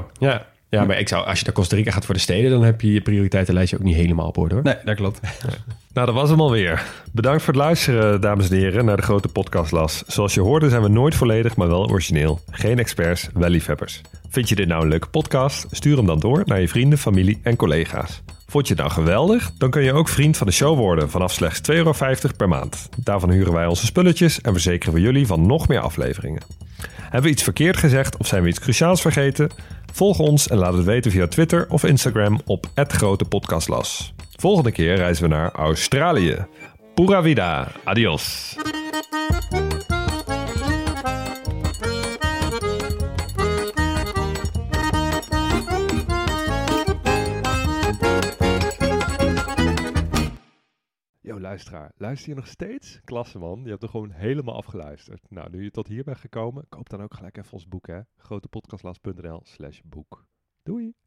Ja, maar als je naar Costa Rica gaat voor de steden, dan heb je je prioriteitenlijstje ook niet helemaal op orde, hoor. Nee, dat klopt. Nou, dat was hem alweer. Bedankt voor het luisteren, dames en heren, naar de grote podcastlas. Zoals je hoorde zijn we nooit volledig, maar wel origineel. Geen experts, wel liefhebbers. Vind je dit nou een leuke podcast? Stuur hem dan door naar je vrienden, familie en collega's. Vond je het nou geweldig? Dan kun je ook vriend van de show worden vanaf slechts €2,50 per maand. Daarvan huren wij onze spulletjes en verzekeren we jullie van nog meer afleveringen. Hebben we iets verkeerd gezegd of zijn we iets cruciaals vergeten? Volg ons en laat het weten via Twitter of Instagram op @grotepodcastlas. Volgende keer reizen we naar Australië. Pura vida. Adios. Yo, luisteraar. Luister je nog steeds? Klasse, man. Je hebt er gewoon helemaal afgeluisterd. Nou, nu je tot hier bent gekomen, koop dan ook gelijk even ons boek, hè. grotepodcastlas.nl/boek. Doei!